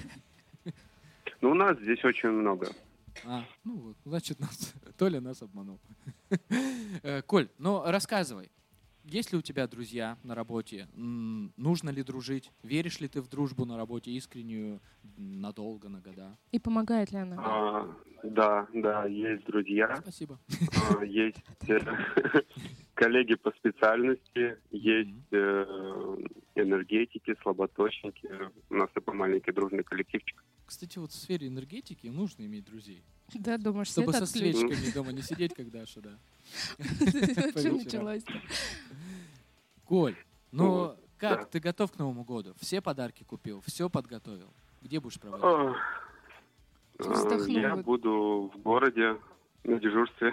Ну, у нас здесь очень много. А, ну вот, значит, нас, Толя нас обманул. Э, Коль, ну рассказывай, есть ли у тебя друзья на работе? М, Нужно ли дружить? Веришь ли ты в дружбу на работе искреннюю, м, надолго, на года? И помогает ли она? А, да, да, есть друзья. Спасибо. А, есть э, коллеги по специальности, есть э, энергетики, слаботочники. У нас такой маленький дружный коллективчик. Кстати, вот в сфере энергетики нужно иметь друзей. Да, думаешь, Чтобы свет со отключить. свечками дома не сидеть, как Даша, да. По Что вечерам. началось? Коль, ну Ну, как, да. ты готов к Новому году? Все подарки купил, все подготовил? Где будешь проводить? А, а, Вздохнул Я вот. буду в городе на дежурстве.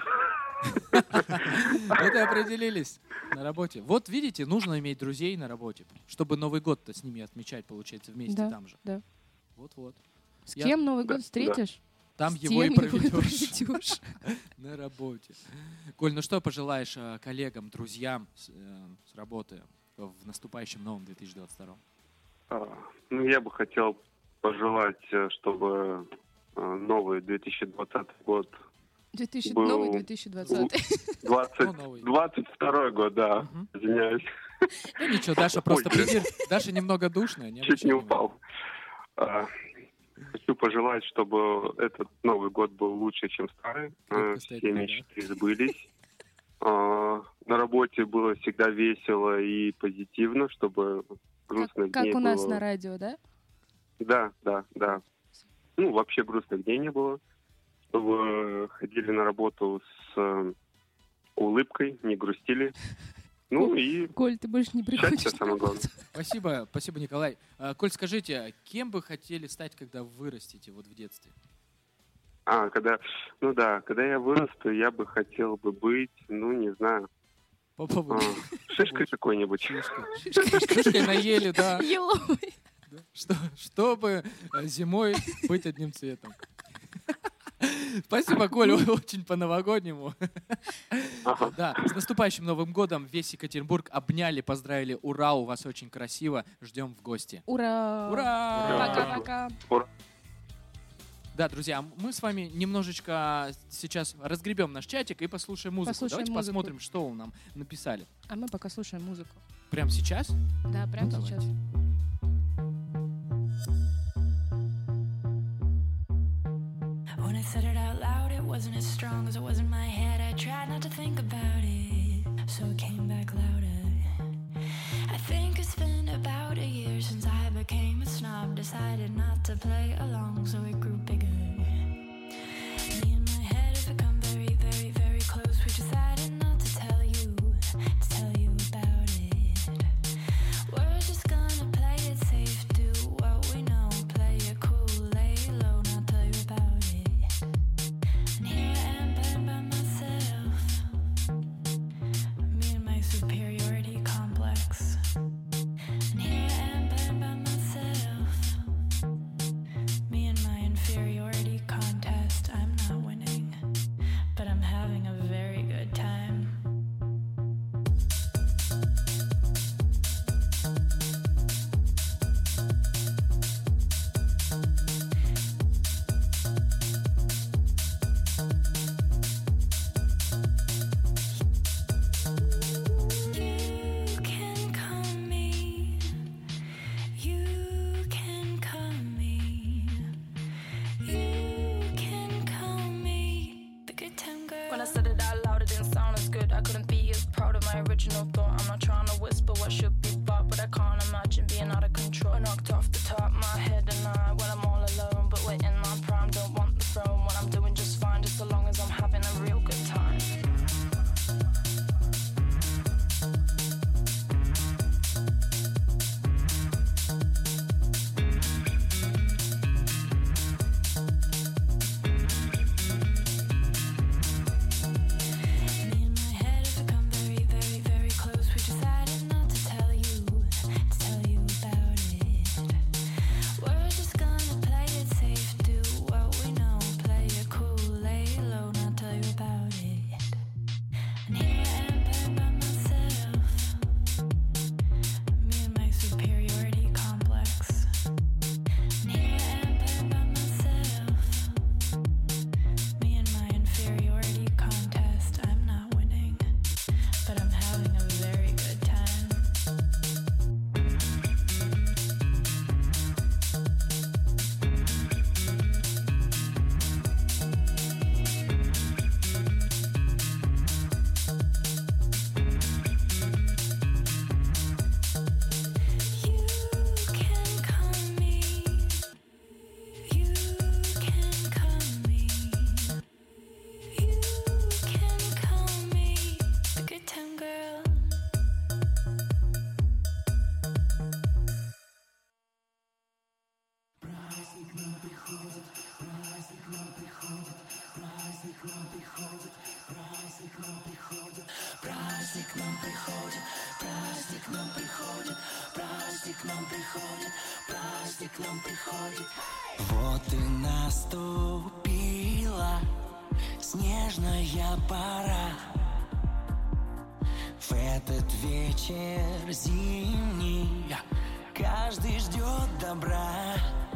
Вот и определились на работе. Вот видите, нужно иметь друзей на работе, чтобы Новый год-то с ними отмечать, получается, вместе Да, там же. да. Вот-вот. С Я- кем Новый Да, год встретишь? Там С его и тем его и проведешь проведешь. на работе. Коль, ну что пожелаешь э, коллегам, друзьям с, э, с работы в наступающем новом две тысячи двадцать втором? А, Ну, я бы хотел пожелать, э, чтобы э, новый две тысячи двадцатый год две тысячи был новый две тысячи двадцатый. двадцать Ну, новый. двадцать второй год, да, Мгм. извиняюсь, Ну ничего, Даша просто Ой, придир... Даша немного душная. Не чуть обращай не внимания. упал. А, Хочу пожелать, чтобы этот Новый год был лучше, чем старый. Крепко Э, стоит Все нога. мечты сбылись. А, На работе было всегда весело и позитивно, чтобы грустных Как дней у нас было- на радио, да? Да, да, да. Ну, вообще грустных дней не было. Чтобы ходили на работу с э, улыбкой, не грустили. Ну и Коль, ты больше не приходишь. счастье самое главное. Спасибо, спасибо, Николай. А, Коль, скажите, кем бы хотели стать, когда вырастете вот в детстве? А, когда, ну да, когда я вырасту, я бы хотел бы быть, ну, не знаю, Попробуй. а, шишкой какой-нибудь. Шишкой. Шишкой на еле, да. Еловый. Что, чтобы э, зимой быть одним цветом. Спасибо, Коля, очень по-новогоднему. Да, с наступающим Новым годом. Весь Екатеринбург обняли, поздравили. Ура, у вас очень красиво. Ждем в гости. Ура! Ура! Пока-пока! Да, друзья, мы с вами немножечко сейчас разгребем наш чатик и послушаем музыку. Послушаем Давайте музыку. посмотрим, что вы нам написали. А мы пока слушаем музыку. Прямо сейчас? Да, прямо Ну, сейчас. When I said it out loud, it wasn't as strong as it was in my head. I tried not to think about it, so it came back louder. I think it's been about a year since I became a snob. Decided not to play along, so it grew bigger. Me and my head have become very, very, very close. We decided not to tell you, to tell you about it. We're just gonna play it safe, do what we know, play it cool, lay low, not tell you about it. And here I am playing by myself, me and my superiority complex. And here I am playing by myself, me and my inferiority contest. I'm not winning, but I'm having a very good time. You can call me, you can call me, you can call me the good time girl. When I said it out loud, it didn't sound as good. I couldn't be as proud of my original thought. I'm not trying to whisper what should be bought, but I can't imagine being out of control. I knocked off the top, my head and I, when I'm all alone. But we're in my prime, don't want the throne. When I'm doing just fine, just so long as I'm having a real good time. Me and my head have become very, very, very close. We decided not to tell you, to tell you about it. We're just gonna play it safe, do what we know, play it cool, lay low, not tell you about it. And here I am playing by myself, me and my superiority complex. And here I am playing by myself, me and my inferiority contest. I'm not winning, but I'm having a very good time. You can call me, you can call me, you can call me the good time girl. Вот и наступила снежная пора. В этот вечер зимний каждый ждет добра.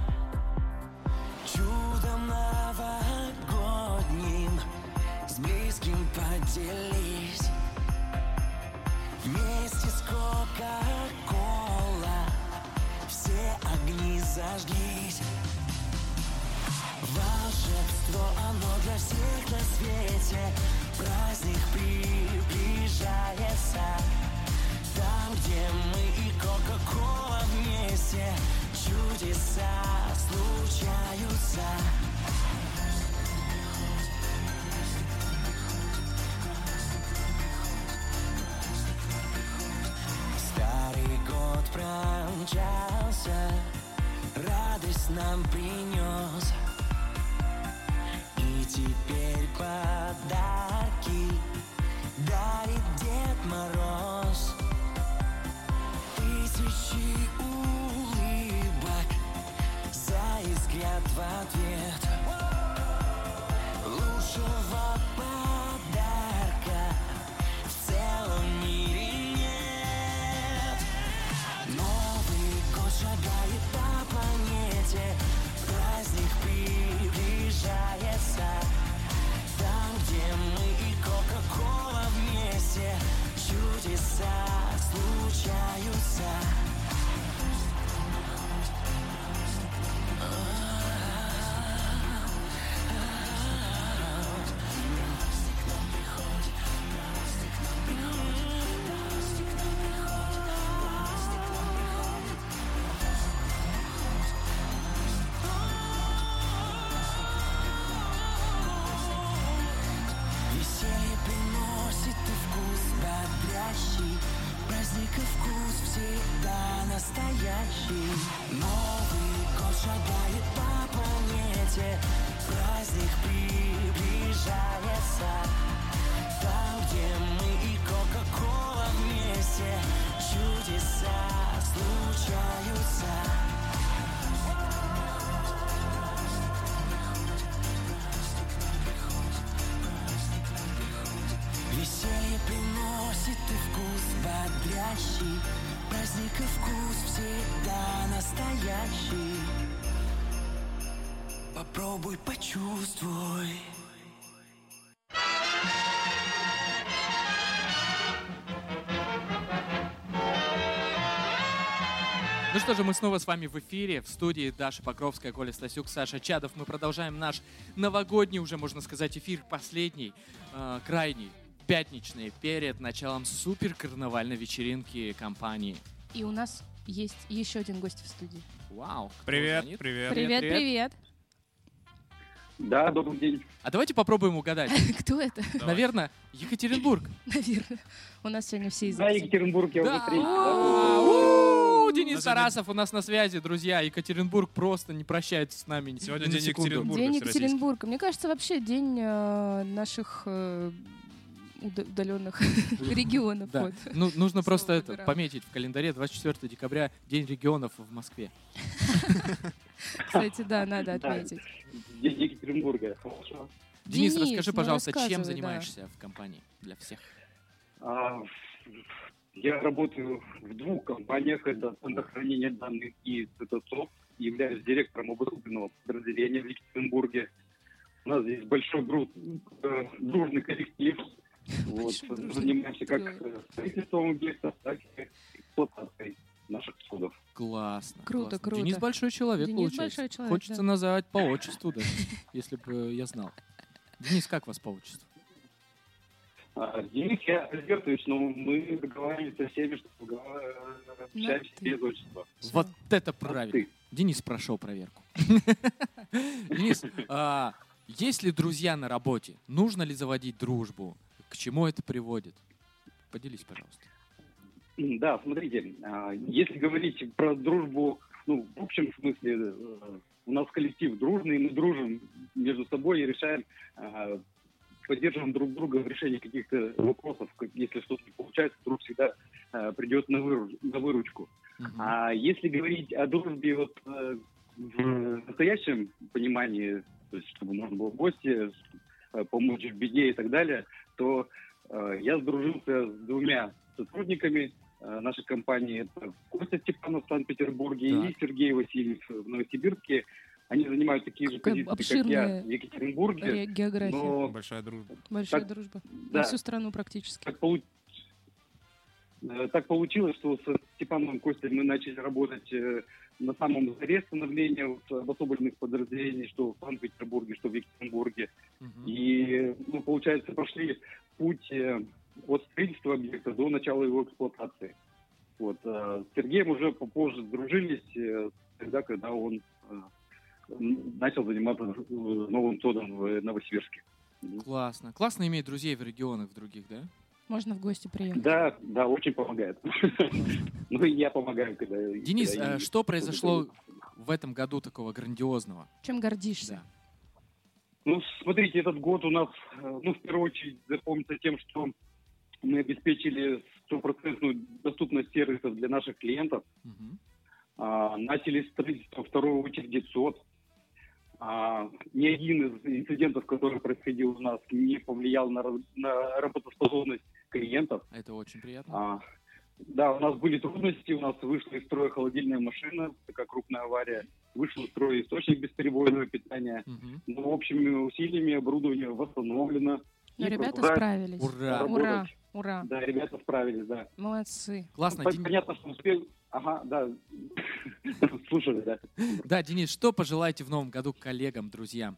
Чудом новогодним с близким поделись. Вместе с Кока-Кола все огни зажглись. Волшебство, оно для всех на свете. Праздник приближается. Там, где мы и Кока-Кола вместе, чудеса случаются. Старый год промчался, радость нам принес. И теперь подарки дарит Дед Мороз. Тысячи улыбок заискрят в ответ. Веселье приносит и вкус бодрящий. Праздник и вкус всегда настоящий. Новый год шагает по планете. Праздник приближается. Там, где мы и Кока-Кола вместе, чудеса случаются. Веселье приносит и вкус бодрящий. Праздник и вкус всегда настоящий. Попробуй, почувствуй. Ну что же, мы снова с вами в эфире, в студии Даша Покровская, Коля Стасюк, Саша Чадов. Мы продолжаем наш новогодний, уже можно сказать, эфир, последний, э, крайний, пятничный, перед началом супер карнавальной вечеринки компании. И у нас есть еще один гость в студии. Вау. кто Привет, звонит? привет. Привет, привет. Да, добрый день. А давайте попробуем угадать. Кто это? Наверное, Екатеринбург. Наверное. У нас сегодня все из Да, Екатеринбург, я Да. уже третий. У, Денис Даже Тарасов у нас на связи, друзья. Екатеринбург просто не прощается с нами ни Сегодня на день секунду. Екатеринбурга. День всероссийский. Екатеринбурга. Мне кажется, вообще день э, наших э, уда- удаленных регионов. Да. вот. Ну, нужно Слово просто это выбирала. пометить в календаре двадцать четвёртого декабря, День регионов в Москве. Кстати, да, надо Да. отметить. День Екатеринбурга. Хорошо. Денис, Денис, расскажи, ну, пожалуйста, чем рассказывай, занимаешься в компании для всех? А, Я работаю в двух компаниях. Это Центр хранения данных и Цитософт. Являюсь директором обособленного подразделения в Екатеринбурге. У нас здесь большой груз, э, дружный коллектив. Вот. Большой дружный Занимаемся как коллектив. э, строительством объектов, так и эксплуатацией наших судов. Классно. Круто, классно. круто. Денис большой человек, Денис получается. большой человек, Хочется да. называть по отчеству даже, если бы я знал. Денис, как вас по отчеству? А, Денис, я Альбертович, но мы договариваемся со всеми, что поговор- общаемся ты. без отчества. Вот это А правильно. ты? Денис прошел проверку. Денис, а, есть ли друзья на работе? Нужно ли заводить дружбу? К чему это приводит? Поделись, пожалуйста. М, Да, смотрите, а, если говорить про дружбу, ну, в общем смысле, э, у нас коллектив дружный, мы дружим между собой и решаем, а, поддерживаем друг друга в решении каких-то вопросов. Как- Если что-то не получается, друг всегда а, придет на, выру- на выручку. Мгм. А если говорить о дружбе вот э, в настоящем понимании, то есть чтобы можно было в гости, э, помочь в беде и так далее, то э, я сдружился с двумя сотрудниками э, нашей компании. Это Костя Степанов в Санкт-Петербурге Так. и Сергей Васильев в Новосибирске. Они занимают такие же Какая позиции, как я обширная в Екатеринбурге. Ре- География. Но Большая дружба. Большая так- дружба. да. На всю страну практически. так, полу- э, так получилось, что с Степаном Костей мы начали работать э, на самом заре становления вот, обособленных подразделений, что в Санкт-Петербурге, что в Екатеринбурге. Мгм. И, ну, получается, прошли путь э, от строительства объекта до начала его эксплуатации. Вот, э, с Сергеем уже попозже сдружились, э, тогда, когда он э, м, начал заниматься э, новым содом в Новосибирске. Классно. Классно иметь друзей в регионах в других, да? Можно в гости приехать. Да, да, очень помогает. Ну и я помогаю, когда... Денис, когда э, и- что произошло в этом году такого грандиозного? Чем гордишься? Ну, смотрите, этот год у нас, э, ну, в первую очередь, запомнится тем, что мы обеспечили стопроцентную доступность сервисов для наших клиентов. Мгм. А, начали строительство второй очереди СОТ. А, ни один из инцидентов, который происходил у нас, не повлиял на, ра- на работоспособность клиентов. Это очень приятно. А, да, у нас были трудности, у нас вышла из строя холодильная машина, такая крупная авария, вышел из строя источник бесперебойного питания. Мгм. Но общими усилиями оборудование восстановлено. Но И ребята продолжает справились. Ура! работать. Ура! Ура! Да, ребята справились, да. Молодцы. Классно. Так Ден- понятно, что успел. Ага, да. Слушали, да. Да, Денис, что пожелаете в новом году коллегам, друзьям?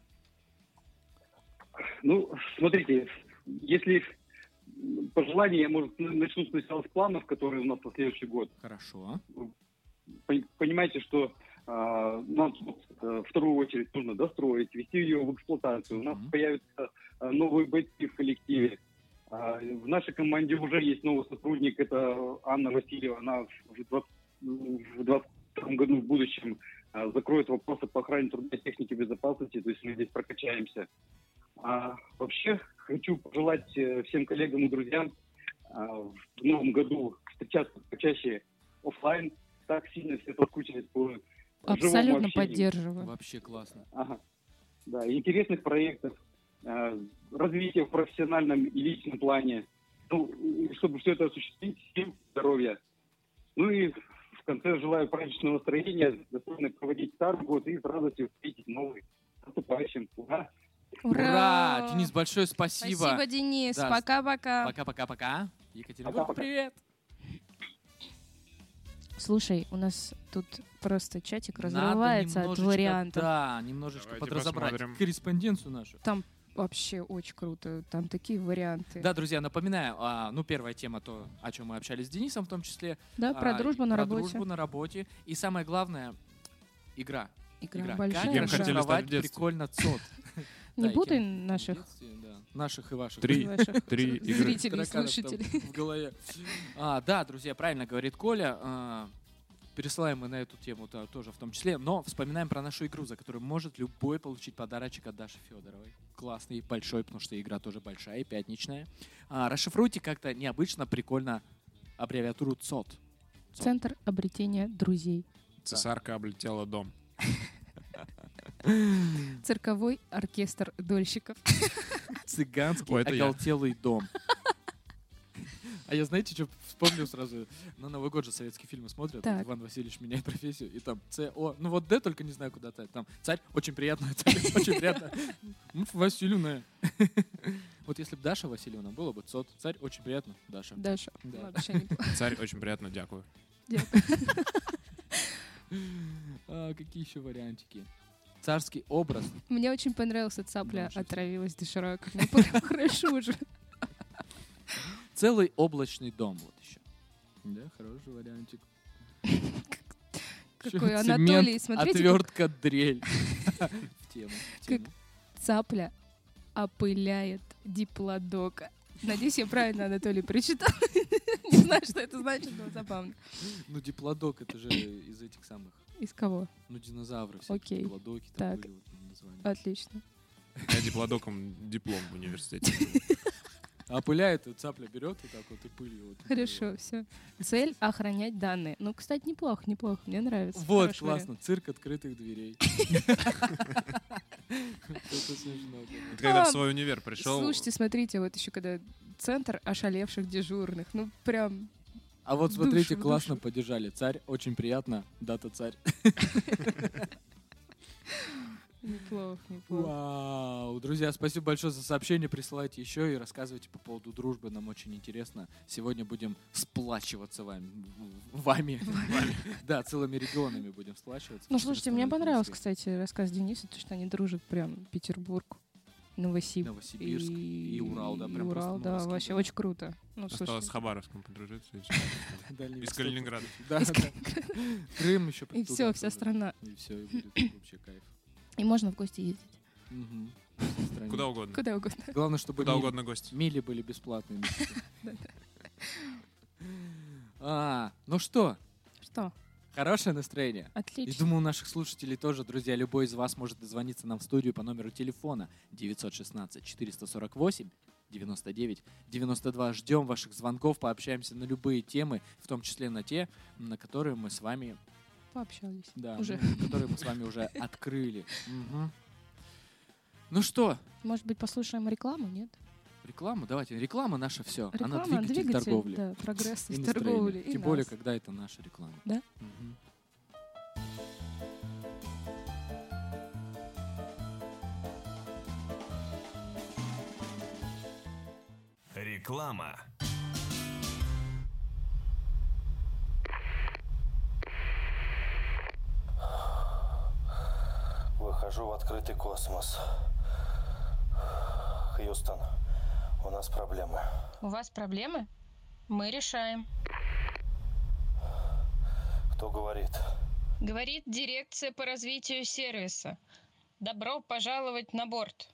Ну, смотрите, если пожелания, я, может, начну сначала с планов, которые у нас на следующий год. Хорошо. Пон- Понимаете, что а, нам э, в вторую очередь нужно достроить, ввести ее в эксплуатацию. У нас появятся а, новые бойцы в коллективе. А, в нашей команде уже есть новый сотрудник, это Анна Васильева. Она в двадцатом году в будущем а, закроет вопросы по охране труда и технике безопасности, то есть мы здесь прокачаемся. А, вообще хочу пожелать э, всем коллегам и друзьям а, в новом году встречаться почаще офлайн. Так сильно все соскучились по живому Абсолютно общению. поддерживаю. Вообще классно. Ага. Да, интересных проектов, э, развития в профессиональном и личном плане. Ну, и чтобы все это осуществить, всем здоровья. Ну и в конце желаю праздничного настроения, достойно проводить старый год и с радостью встретить новый. С наступающим. Ура! Ура! Денис, большое спасибо. Спасибо, Денис. Да, Пока-пока. Пока-пока-пока. Екатеринбург, Пока-пока. привет. Слушай, у нас тут просто чатик Надо разрывается от немножечко, вариантов. Да, немножечко Давайте подразобрать посмотрим. корреспонденцию нашу. Там вообще очень круто. Там такие варианты. Да, друзья, напоминаю, а, ну, первая тема, то, о чем мы общались с Денисом в том числе. Да, про а, дружбу на про работе. дружбу на работе. И самое главное, игра. Игра большая Как игра. расшифровать в детстве. прикольно ЦОД. Не Да, и путай кем- наших в детстве, да. Наших и ваших. Три- ваших три игры. зрителей, Тараканов там слушателей. в голове. А, да, друзья, правильно говорит Коля. А, пересылаем мы на эту тему то- тоже в том числе. Но вспоминаем про нашу игру, за которую может любой получить подарочек от Даши Федоровой. Классный, большой, потому что игра тоже большая, пятничная. А, расшифруйте как-то необычно, прикольно аббревиатуру ЦОД. Центр обретения друзей. Цесарка облетела дом. Цирковой оркестр дольщиков. Цыганский Ой, это я. оголтелый дом. А я, знаете, что вспомнил сразу? На Новый год же советские фильмы смотрят. Так. Иван Васильевич меняет профессию. И там Ц, О. Ну вот Д, только не знаю куда-то. Там царь, очень приятно. Царь, очень приятно. М, Васильевна. Вот если бы Даша Васильевна, было бы ЦОД. Царь, очень приятно. Даша. Даша. Да. Вообще неплохо. Царь, очень приятно, дякую. А, какие еще вариантики? Царский образ. Мне очень понравился цапля Боже. отравилась доширак. Ну, прям хорошо уже. Целый облачный дом. Вот еще. Да, хороший вариантик. Какой Чё, Анатолий, цемент, смотрите, как отвертка, дрель. В тему, в Как- тему. цапля опыляет диплодока. Надеюсь, я правильно, Анатолий, прочитал. Не знаю, что это значит, но забавно. Ну, диплодок, это же из этих самых, Из кого? ну, динозавров. всякие, Окей. Диплодоки там Так. были вот названия. Отлично. Я диплодоком диплом в университете. А опыляет, и цапля берет и так вот и пылью. Вот, Хорошо, все. Цель — охранять данные. Ну, кстати, неплохо, неплохо. Мне нравится. Вот, Хороший классно. Цирк открытых дверей. Это смешно. Ты когда в А, свой универ пришел, Слушайте, смотрите, вот еще когда центр ошалевших дежурных. Ну, прям А вот В смотрите, душу, в классно душу. поддержали. Царь, очень приятно. Дата царь. неплохо, неплохо. Вау. Друзья, спасибо большое за сообщение. Присылайте еще и рассказывайте по поводу дружбы. Нам очень интересно. Сегодня будем сплачиваться вами. Вами. Да, целыми регионами будем сплачиваться. Ну, слушайте, мне понравился, Кстати. кстати, рассказ Дениса, то, что они дружат прям Петербург, Новосиб Новосибирск и Урал, да, и прям просто, Урал, ну, да, раскидано. вообще очень круто. Ну, осталось слушай, с Хабаровском подружиться. и всё. Дальний Из Восток. Калининграда. Да, Из да. Крым еще. и все, вся страна. И все, и будет вообще кайф. И можно в гости ездить. Мгм. По всей стране. Куда угодно. Куда угодно. Главное, чтобы Куда мили- угодно гости. мили были бесплатные. Да-да. А, ну что, Что? хорошее настроение? Отлично. И думаю, у наших слушателей тоже, друзья, любой из вас может дозвониться нам в студию по номеру телефона девятьсот шестнадцать четыреста сорок восемь девяносто девять девяносто два. Ждем ваших звонков, пообщаемся на любые темы, в том числе на те, на которые мы с вами, Пообщались. да, Уже. ну, которые мы с вами уже открыли. Мгм. Ну что, Может быть, послушаем рекламу, нет? реклама? Давайте, реклама наша все. Реклама, Она двигатель, двигатель, торговли. да, прогресса и и настроения. торговли, и Тем более, нас. когда это наша реклама. Да? Мгм. Реклама. Выхожу в открытый космос. Хьюстон, у нас проблемы. У вас проблемы? Мы решаем. Кто говорит? Говорит дирекция по развитию сервиса. Добро пожаловать на борт.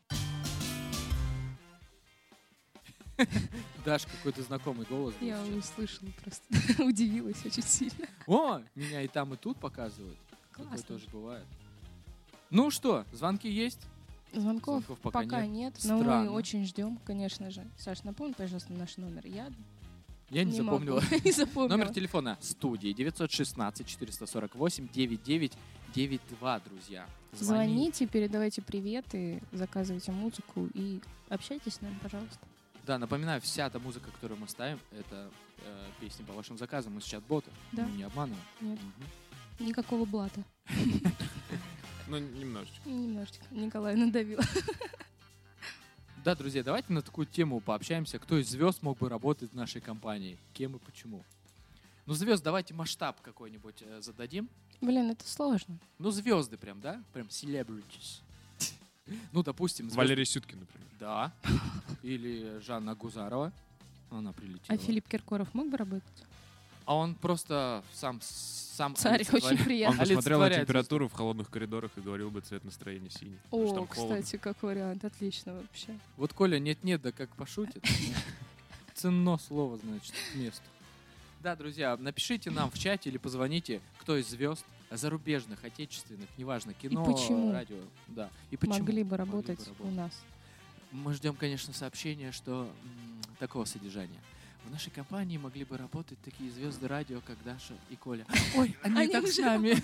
Даш, какой-то знакомый голос. был Я сейчас. услышала просто. Удивилась очень сильно. О, меня и там, и тут показывают. Такое Классно. тоже бывает. Ну что, звонки есть? Звонков, Звонков пока пока, нет. нет, но Странно. мы очень ждем, конечно же. Саш, напомни, пожалуйста, наш номер. Я Я не, не запомнила. могу, не запомнила. Номер телефона студии девятьсот шестнадцать четыреста сорок восемь девяносто девять девяносто два, друзья. Звони. Звоните, передавайте приветы, заказывайте музыку и общайтесь с нами, пожалуйста. Да, напоминаю, вся та музыка, которую мы ставим, это э, песни по вашим заказам. Мы с чат-бота. Да. Мы не обманываем. Нет. Никакого блата. Ну, немножечко. Немножечко. Николай надавил. Да, друзья, давайте на такую тему пообщаемся. Кто из звезд мог бы работать в нашей компании? Кем и почему? Ну, звезд, давайте масштаб какой-нибудь э, зададим. Блин, это сложно. Ну, звезды прям, да? Прям celebrities. Ну, допустим, звезды- Валерий Сюткин, например. Да. Или Жанна Гузарова. Она прилетела. А Филипп Киркоров мог бы работать? А он просто сам... сам Царь, олицетворя- очень приятно. Он бы смотрел на олицетворяет температуру в холодных коридорах и говорил бы цвет настроения синий. потому что О, там холодно. кстати, как вариант. Отлично вообще. Вот Коля нет-нет, да как пошутит. Ценно слово, значит, к месту. Да, друзья, напишите нам в чате или позвоните, кто из звезд зарубежных, отечественных, неважно, кино, почему? радио. Да. И почему Могли бы могли работать бы у нас. Мы ждем, конечно, сообщения, что м, такого содержания. В нашей компании могли бы работать такие звезды радио, как Даша и Коля. Ой, они, Они так уже с нами.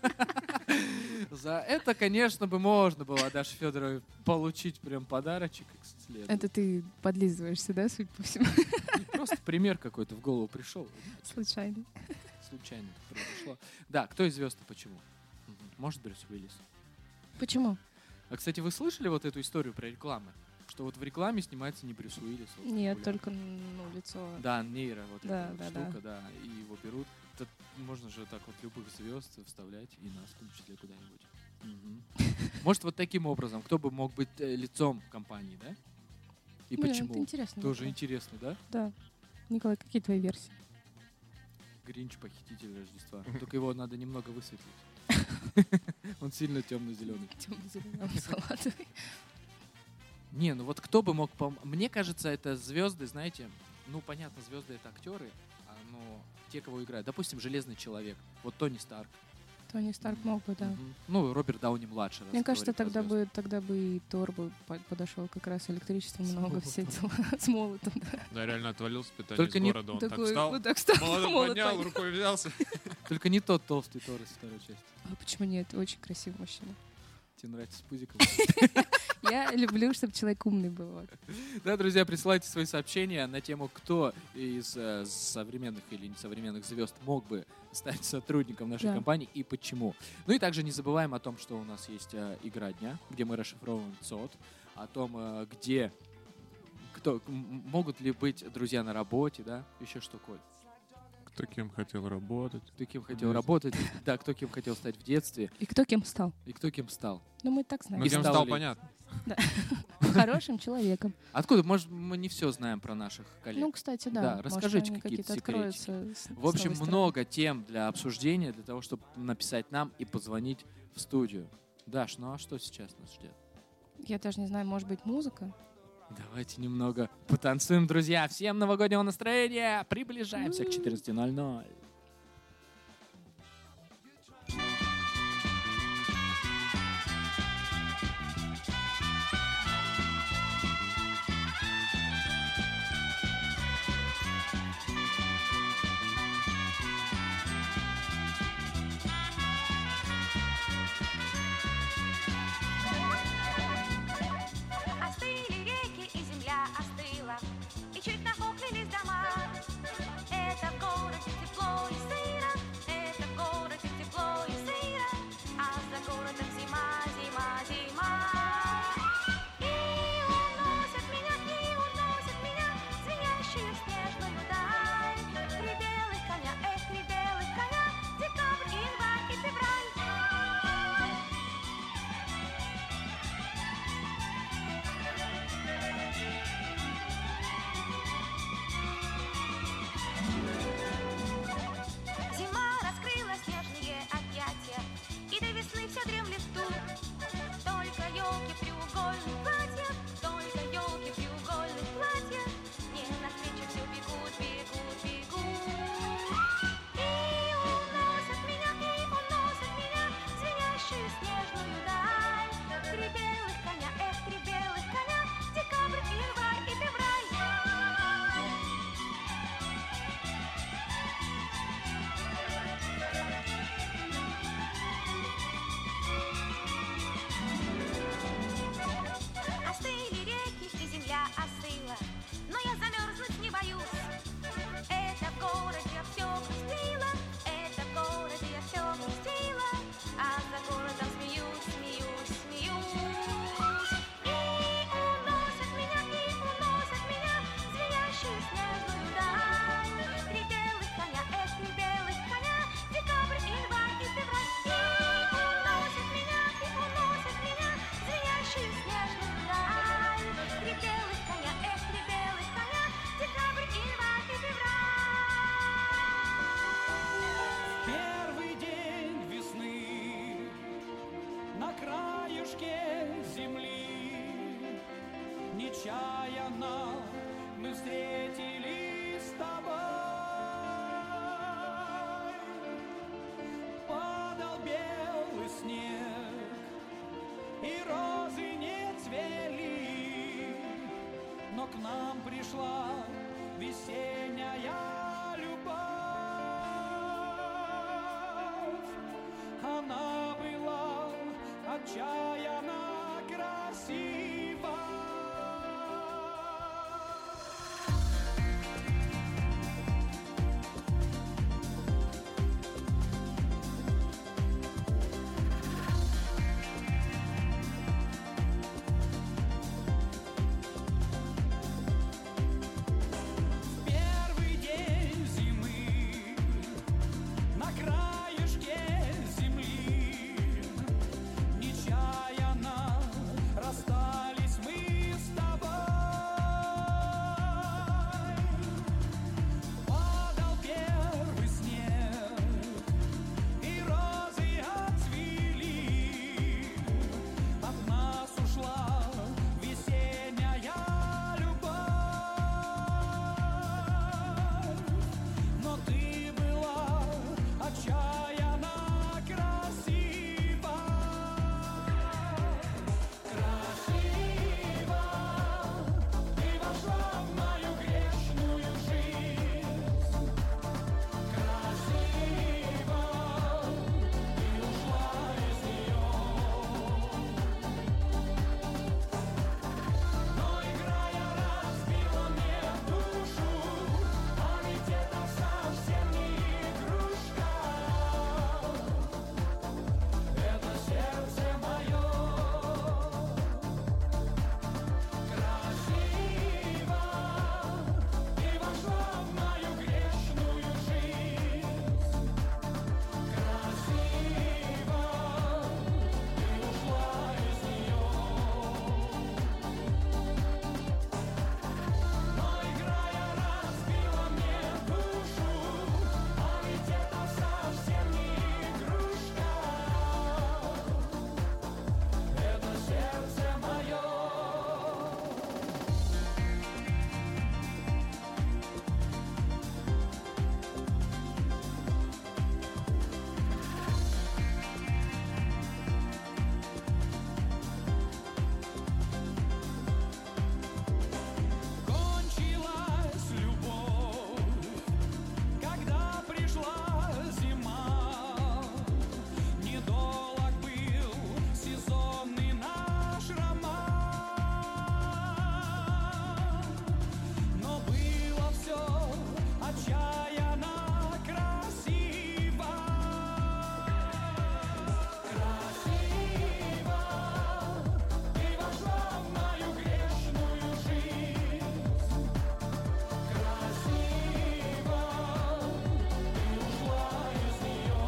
За это, конечно, бы можно было Даше Федоровой получить прям подарочек как следует. Это ты подлизываешься, да, судя по всему? Просто пример какой-то в голову пришел. Случайно. Случайно это произошло. Да, кто из звезд и почему? Мгм. Может, Брюс Уиллис? Почему? А, кстати, вы слышали вот эту историю про рекламы? Что вот в рекламе снимается не Брюс Уиллис. вот Нет, популярный. только ну, лицо. Да, нейро, вот Да, эта вот да, штука, да. И его берут. Это можно же так вот любых звезд вставлять, и нас в том числе куда-нибудь. Мгм. Может, вот таким образом, кто бы мог быть э, лицом компании, да? И Блин, почему? это интересно. Тоже интересно, да? Да. Николай, какие твои версии? Гринч, похититель Рождества. Только его надо немного высветлить. Он сильно темно-зеленый. Темно-зеленый, салатовый. Не, ну вот кто бы мог пом... Мне кажется, это звезды, знаете, ну, понятно, звезды — это актеры, а, но те, кого играют. Допустим, Железный человек. Вот Тони Старк. Тони Старк мог бы, да. Мгм. Ну, Роберт Дауни-младший. раз Мне кажется, говорим про тогда звезд. бы, тогда бы и Тор бы по- подошел как раз электричество много, все дела. С молотом, да. Да, реально отвалился питание Только из не- города. Он Такой, так встал, вот так встал, молоток молот поднял, поднял. рукой взялся. Только не тот толстый Тор из второй части. А почему нет? Очень красивый мужчина. Тебе нравится с пузиком? Я люблю, чтобы человек умный был. вот. Да, друзья, присылайте свои сообщения на тему, кто из э, современных или несовременных звезд мог бы стать сотрудником нашей Да. компании и почему. Ну и также не забываем о том, что у нас есть э, игра дня, где мы расшифровываем ЦОД, о том, э, где кто, м- могут ли быть друзья на работе, да, еще что, Коль? Кто кем хотел работать. Кто кем хотел Yes. работать, да, кто кем хотел стать в детстве, И кто кем стал? и кто кем стал. Ну, мы и так знаем. Ну, И кем стал стал, ли? понятно. Да. Хорошим человеком. Откуда? Может, мы не все знаем про наших коллег. Ну, кстати, да. Да, Может, расскажите они какие-то какие-то секретики. откроются с- В общем, с новой стороны. много тем для обсуждения, для того, чтобы написать нам и позвонить в студию. Даш, ну а что сейчас нас ждет? Я даже не знаю, может быть, музыка? Давайте немного потанцуем, друзья. Всем новогоднего настроения. Приближаемся к четырнадцати ноль ноль. Остыли реки, и земля остыла, и чуть нахохлились дома. Это в городе тепло, но к нам пришла весенняя любовь. Она была отчаянно красива. Первый день зимы на краешке земли нечаянно расстались мы с тобой. Падал первый снег, и розы отцвели. От нас ушла весенняя любовь. Но ты была отчаянно красива. Красива, ты вошла в мою грешную жизнь. Красива, ты ушла из нее. Но играя разбила мне душу, а ведь это совсем не игрушка. Это сердце мое. Красиво, ты вошла в мою грешную жизнь. Красиво, ты ушла из нее. Но играя разбила мне душу, а ведь это совсем не игрушка. Это сердце мое. Кончилась любовь, когда пришла зима. Недолг был сезонный наш роман, но было все отчаянно красиво. Красиво, ты вошла в мою грешную жизнь. Красиво, ты ушла из нее.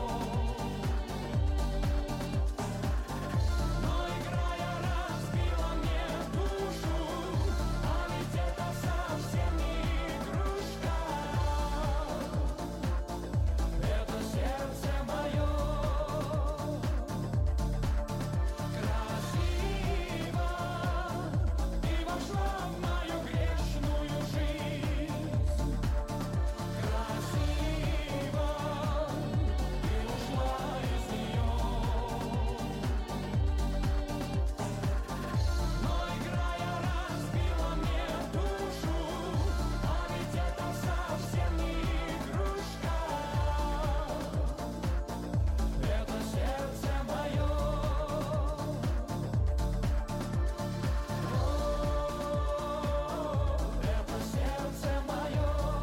Но играя разбила мне душу, а ведь это совсем не игрушка. Это сердце мое. Красиво, ты вошла в мою грешную жизнь. Красиво, ты ушла из нее. Но играя разбила мне душу, а ведь это совсем не игрушка. Это сердце мое. Это сердце мое.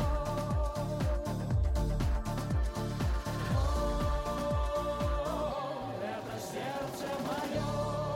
Это сердце мое.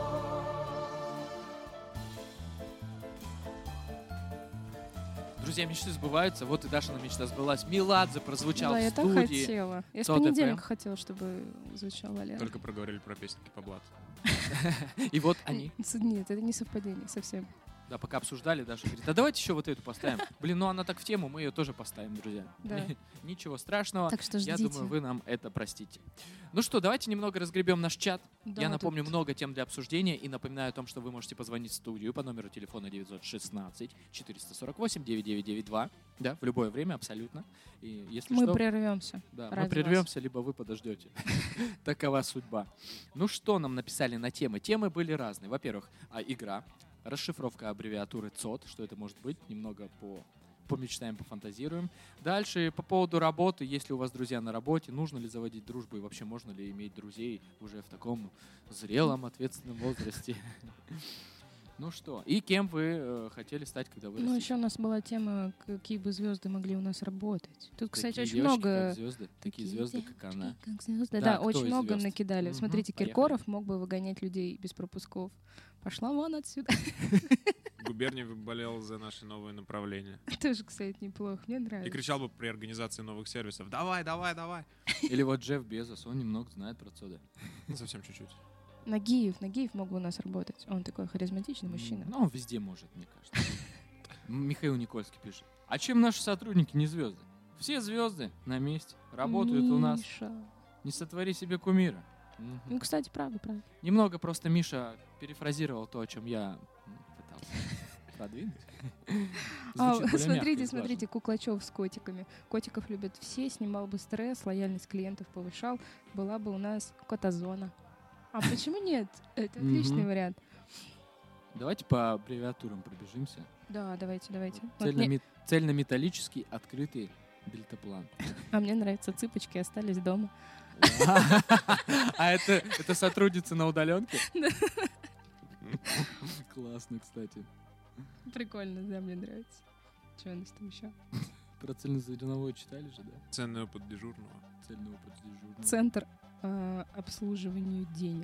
Друзья, мечты сбываются. Вот и Дашина мечта сбылась. Меладзе прозвучал Да, в я так студии. хотела. Я с Сот эф эм. понедельника хотела, чтобы звучал Валера. Только проговорили про песенки по блату. И вот они. Нет, это не совпадение совсем. Да, пока обсуждали, Даша говорит, а давайте еще вот эту поставим. Блин, ну она так в тему, мы ее тоже поставим, друзья. Да. Ничего страшного. Так что Я ждите. думаю, вы нам это простите. Ну что, давайте немного разгребем наш чат. Да, Я напомню, тут- много тем для обсуждения и напоминаю о том, что вы можете позвонить в студию по номеру телефона девятьсот шестнадцать четыреста сорок восемь девяносто девять девяносто два. Да, в любое время, абсолютно. И если Мы что, прервемся. Да, ради мы прервемся, либо вы подождете. Такова судьба. Ну что нам написали на темы? Темы были разные. Во-первых, а, игра. расшифровка аббревиатуры ЦОД, что это может быть, немного по помечтаем, пофантазируем. Дальше по поводу работы, если у вас друзья на работе, нужно ли заводить дружбу и вообще можно ли иметь друзей уже в таком зрелом, ответственном возрасте. Ну что, и кем вы э, хотели стать, когда вы Ну, еще у нас была тема, какие бы звезды могли у нас работать. Тут, кстати, Такие очень девочки, много... как звезды, такие звезды, как она. Как звезды. Да, Да, кто очень из много звезд? накидали. Мгм, Смотрите, поехали. Киркоров мог бы выгонять людей без пропусков. Пошла вон отсюда. Губерниев болел за наши новые направления. Тоже, кстати, неплохо. Мне И нравится. кричал бы при организации новых сервисов: давай, давай, давай. Или вот Джефф Безос, он немного знает про ЦОДы. Ну, совсем чуть-чуть. Нагиев, Нагиев мог бы у нас работать. Он такой харизматичный мужчина. Ну, он везде может, мне кажется. М- Михаил Никольский пишет. А чем наши сотрудники не звезды? Все звезды на месте, работают у нас. Миша. Не сотвори себе кумира. Мгм. Ну, кстати, правда, правда. Немного просто Миша перефразировал то, о чем я м, пытался продвинуть. А, Звучит более мягко и смотрите, сглаженно. смотрите, Куклачев с котиками. Котиков любят все, снимал бы стресс, лояльность клиентов повышал. Была бы у нас котозона. А почему нет? Это отличный Мгм. вариант. Давайте по аббревиатурам пробежимся. Да, давайте, давайте. Вот мне- Цельноме- Цельнометаллический открытый дельтаплан. А мне нравятся цыпочки, остались дома. А это, это сотрудница на удаленке? Да. Классно, кстати. Прикольно, да, мне нравится. Что у нас там еще? Про цельнозерновое читали же, да? Ценный опыт дежурного. Цельный опыт дежурного. Центр э, обслуживанию денег.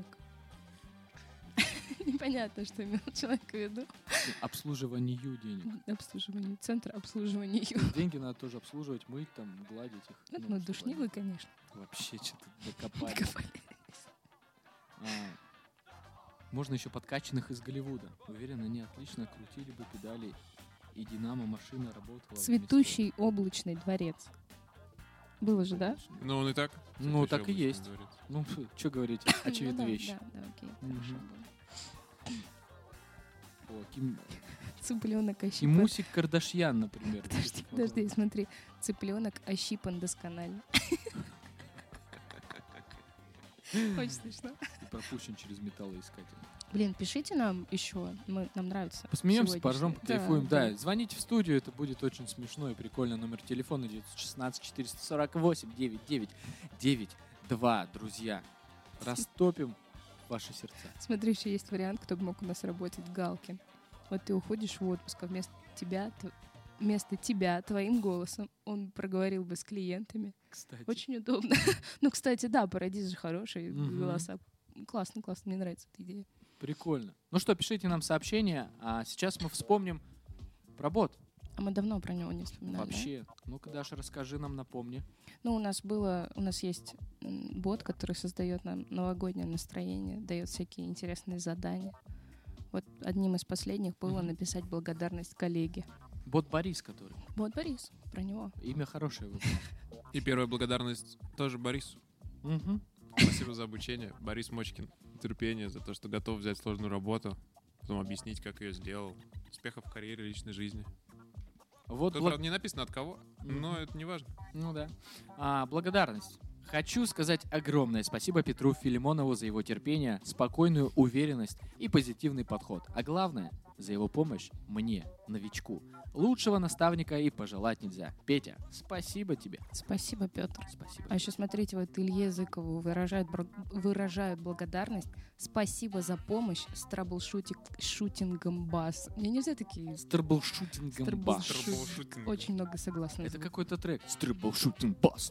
Непонятно, что имел человек в виду. Обслуживанию денег. Обслуживанию. Центр обслуживанию. Деньги надо тоже обслуживать, мыть, там, гладить их. Ну, чтобы душнилы, они конечно. Вообще что-то докопали. Докопали. А, можно еще подкачанных из Голливуда. Уверен, они отлично крутили бы педали, и динамо машина работала. в Цветущий облачный дворец. Было же, да? Ну, он и так. Ну, цветущий так и облачный есть. дворец. Ну, что говорить, очевидная Ну да, вещь. Да, да, окей, Мгм. хорошо было. О, Ким... Цыпленок ощипан. Кимусик Кардашьян, например. Подожди, подожди, смотри. Цыпленок ощипан досконально. Очень смешно. И пропущен через металлоискатель. Блин, пишите нам еще. Мы, нам нравится. Посмеемся, поржем, сегодняшнее. покайфуем. Да, звоните в студию, это будет очень смешно и прикольно. Номер телефона девять один шесть четыре сорок восемь девяносто девять девяносто два, друзья. Растопим ваши сердца. Смотри, еще есть вариант, кто бы мог у нас работать. Галкин. Вот ты уходишь в отпуск, а вместо тебя, т- вместо тебя, твоим голосом, он проговорил бы с клиентами. Кстати. Очень удобно. Ну, кстати, да, Парадиз же хороший, Мгм. голоса. Классно, классно, мне нравится эта идея. Прикольно. Ну что, пишите нам сообщения, а сейчас мы вспомним про бот. А мы давно про него не вспоминали. да? Вообще. Ну-ка, Даша, расскажи нам, напомни. Ну, у нас было, у нас есть м, бот, который создает нам новогоднее настроение, дает всякие интересные задания. Вот одним из последних было Мгм. написать благодарность коллеге. Бот Борис, который. Бот Борис, про него. Имя хорошее выбрал. И первая благодарность тоже Борису. Мгм. Спасибо за обучение. Борис Мочкин. Терпение за то, что готов взять сложную работу, потом объяснить, как ее сделал. Успехов в карьере, личной жизни. Вот, Тут, вот. правда, не написано от кого, но это не важно. Ну да. А, благодарность. Хочу сказать огромное спасибо Петру Филимонову за его терпение, спокойную уверенность и позитивный подход. А главное, за его помощь мне, новичку. Лучшего наставника и пожелать нельзя. Петя, спасибо тебе. Спасибо, Петр. Спасибо. А еще смотрите, вот Илье Языкову выражают, бр- выражают благодарность. Спасибо за помощь с траблшутингом бас. Мне нельзя такие... С трэблшутингом бас. Трэблшут- Очень много согласных. Это какой-то трек. С трэблшутинг бас.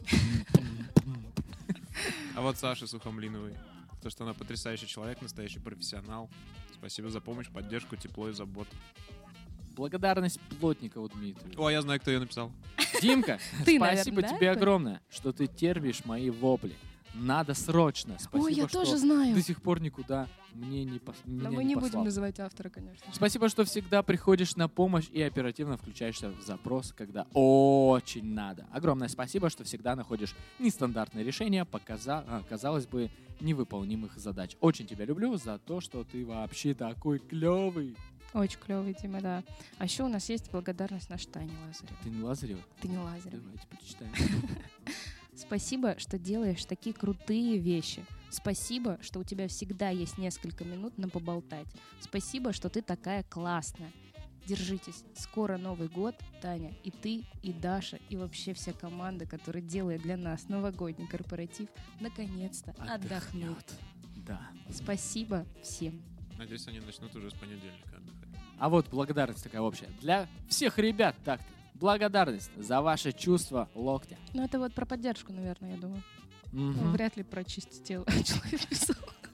А вот Саша Сухомлиновой. То, что она потрясающий человек, настоящий профессионал. Спасибо за помощь, поддержку, тепло и заботу. Благодарность Плотникову Дмитрию. О, я знаю, кто ее написал. Димка, Ты, спасибо наверное, тебе да? огромное, что ты терпишь мои вопли. Надо срочно. Спасибо, Ой, я что тоже знаю. до сих пор никуда мне не пос... Но меня мы не не послал. будем называть автора, конечно. Спасибо, что всегда приходишь на помощь и оперативно включаешься в запрос, когда очень надо. Огромное спасибо, что всегда находишь нестандартные решения по, каза- а, казалось бы, невыполнимых задач. Очень тебя люблю за то, что ты вообще такой клевый. Очень клевый, Дима, да. А еще у нас есть благодарность нашей Тане Лазаревой. Ты не Лазарев? Ты не Лазарев. Давайте почитаем. Спасибо, что делаешь такие крутые вещи. Спасибо, что у тебя всегда есть несколько минут на поболтать. Спасибо, что ты такая классная. Держитесь. Скоро Новый год, Таня, и ты, и Даша, и вообще вся команда, которая делает для нас новогодний корпоратив, наконец-то отдохнут. Да. Спасибо всем. Надеюсь, они начнут уже с понедельника отдыхать. А вот благодарность такая общая. Для всех ребят так-то. Благодарность за ваше чувство локтя. Ну, это вот про поддержку, наверное, я думаю. Мгм. Вряд ли про чистить тело человек писал.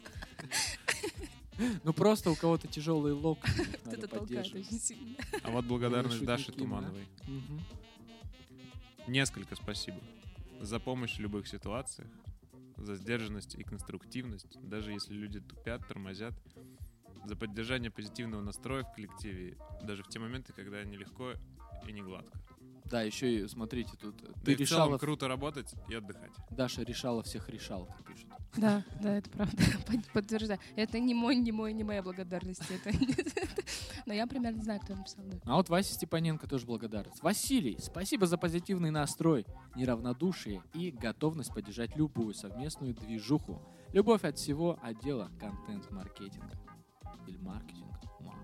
Ну просто у кого-то тяжелый локоть. Кто-то Надо толкает поддерживать. очень сильно. А вот благодарность Шутники, Даше да. Тумановой. Мгм. Несколько спасибо. За помощь в любых ситуациях, за сдержанность и конструктивность, даже если люди тупят, тормозят, за поддержание позитивного настроя в коллективе, даже в те моменты, когда нелегко и не гладко. Да, еще и смотрите, тут Да ты и в решала... целом круто работать и отдыхать. Даша решала всех решал, как пишут. Да, да, это правда. Под- Подтверждаю. Это не мой, не мой, не моя благодарность. Это... Но я примерно знаю, кто написал, да. А вот Вася Степаненко тоже благодарность. Василий, спасибо за позитивный настрой, неравнодушие и готовность поддержать любую совместную движуху. Любовь от всего отдела контент-маркетинга. Или маркетинга. Ма.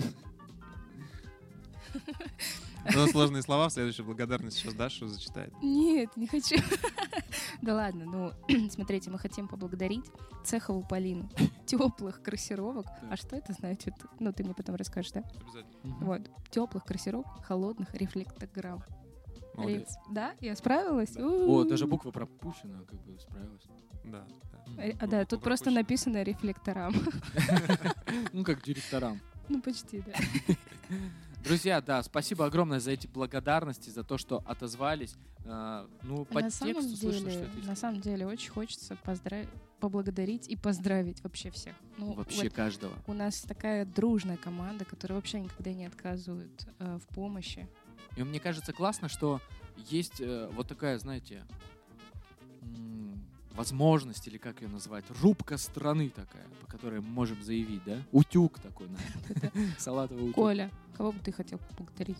Ну, сложные слова, в следующей благодарности сейчас Даша зачитает. Нет, не хочу. Да ладно, ну, смотрите, мы хотим поблагодарить Цехову Полину. Теплых кроссировок. А что это значит? Ну, ты мне потом расскажешь, да? Обязательно. Вот. Теплых кроссировок, холодных рефлектограмм. Молодец. Рец- Да? Я справилась? О, даже буква пропущена, как бы справилась. Да, да. Э, А, да, тут просто написано рефлекторам. Ну, как директорам. Ну, почти, да. Друзья, да, спасибо огромное за эти благодарности, за то, что отозвались. А, ну, по На самом тексту слышно, что деле, это на самом деле очень хочется поздравить, поблагодарить и поздравить вообще всех. Ну, вообще вот каждого. У нас такая дружная команда, которая вообще никогда не отказывает э, в помощи. И мне кажется классно, что есть э, вот такая, знаете, м, возможность, или как ее назвать, рубка страны такая, по которой мы можем заявить, да? Утюг такой, наверное. Салатовый утюг. Коля, кого бы ты хотел поблагодарить?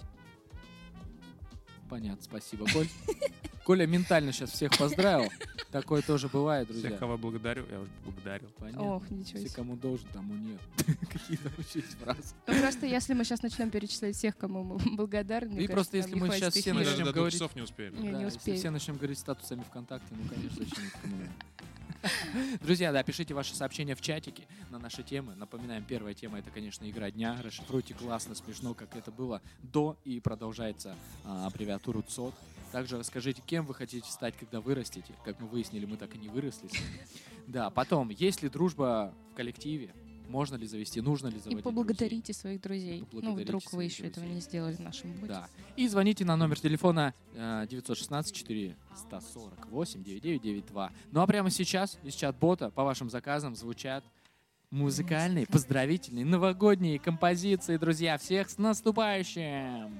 Понятно, спасибо, Коль. Коля ментально сейчас всех поздравил. Такое тоже бывает, друзья. Всех, кого благодарю, я уже поблагодарил. Понятно. Ох, ничего Все, себе. кому должен, тому нет. Какие-то вообще есть фразы. Ну, просто если мы сейчас начнем перечислять всех, кому мы благодарны, мне И просто кажется, если нам не мы сейчас хватит все эфира. Даже начнем до двух говорить... часов не успеем. Не, Да, не если успеем. все начнем говорить статусами ВКонтакте, ну, конечно, очень никому. Друзья, да, пишите ваши сообщения в чатике на наши темы. Напоминаем, первая тема — это, конечно, игра дня. Расшифруйте классно, смешно, как это было до и продолжается а, аббревиатуру ЦОД. Также расскажите, кем вы хотите стать, когда вырастете. Как мы выяснили, мы так и не выросли. Да, потом, есть ли дружба в коллективе? Можно ли завести, нужно ли И заводить поблагодарите своих друзей. Ну, Поблагодарите вдруг вы своих еще этого друзей. не сделали в нашем боте. Да. И звоните на номер телефона э, девятьсот шестнадцать четыреста сорок восемь девяносто девять девяносто два. Ну а прямо сейчас из чат-бота по вашим заказам звучат музыкальные, поздравительные, новогодние композиции, друзья. Всех с наступающим!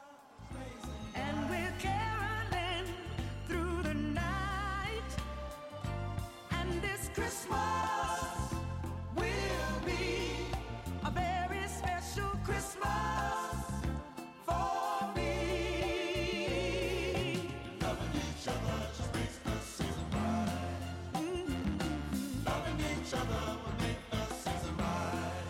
And we're caroling through the night. And this Christmas will be a very special Christmas for me. Loving each other just makes the season right. Loving each other will make the season right.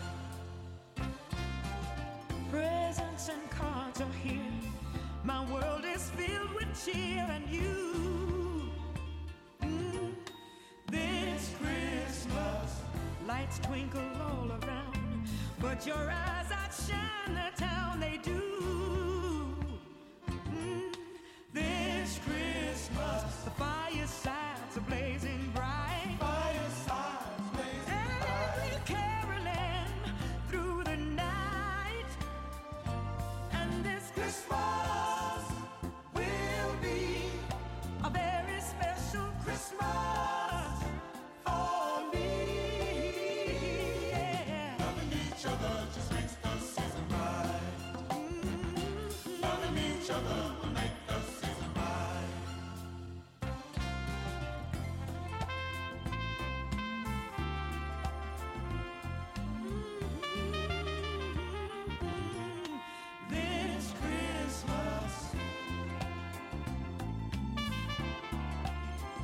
Presents and cards are here. My world is filled with cheer and you. Mm. This Christmas, lights twinkle all around, but your eyes outshine the town, they do. Mm. This Christmas, the firesides are blazing bright. Firesides blazing bright. And we're caroling through the night. And this Christmas will be a very special Christmas for me. Yeah. Loving each other just makes the season right. Mm-hmm. Loving each other will make the season right. This Christmas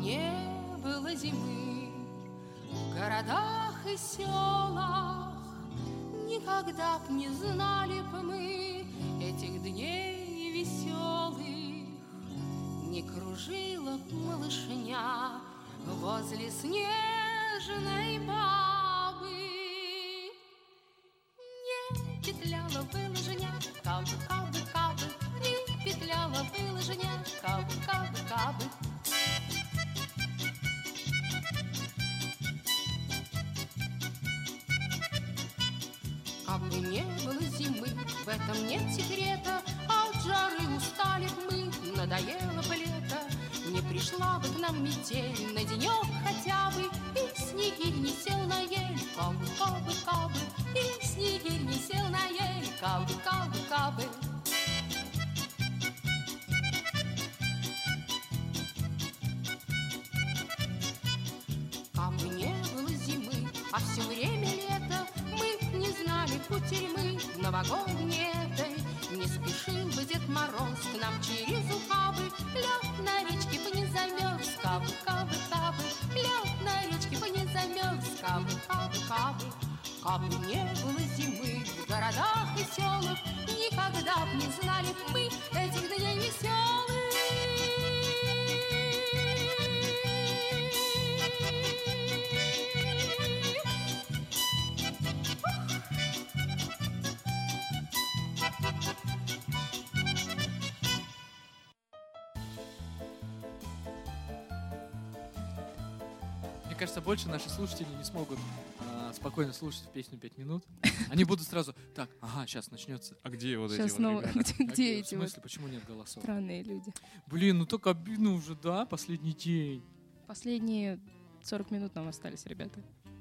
не было зимы в городах и селах, никогда б не знали б мы этих дней веселых. Не кружила б малышня возле снежной бабы, не петляла бы лыжня, кабы, кабы, кабы, не петляла бы лыжня, кабы, кабы, кабы. Кабы не было зимы, в этом нет секрета, от жары устали б мы, надоело бы лето. Не пришла бы к нам метель на денек хотя бы, и снегирь не сел на ель, кабы, кабы, кабы, и снегирь не сел на ель, кабы, кабы, кабы. Кабы не было зимы, а все время лето, мы не знали кутерьмы новогодней этой. Не спешил бы Дед Мороз к нам через ухабы, лед на речке бы не замерз, кабы, кабы, кабы, лед на речке бы не замерз, кабы, кабы, кабы. Кабы не было зимы в городах и селах, никогда б не знали б мы этих дней веселых. Мне кажется, больше наши слушатели не смогут а, спокойно слушать песню пять минут. Они будут сразу, так, ага, сейчас начнется. А где вот Сейчас эти снова, вот ребята? где, где А эти В смысле, вот почему нет голосов? странные люди? Блин, ну так обидно уже, да, последний день. Последние сорок минут нам остались, ребята.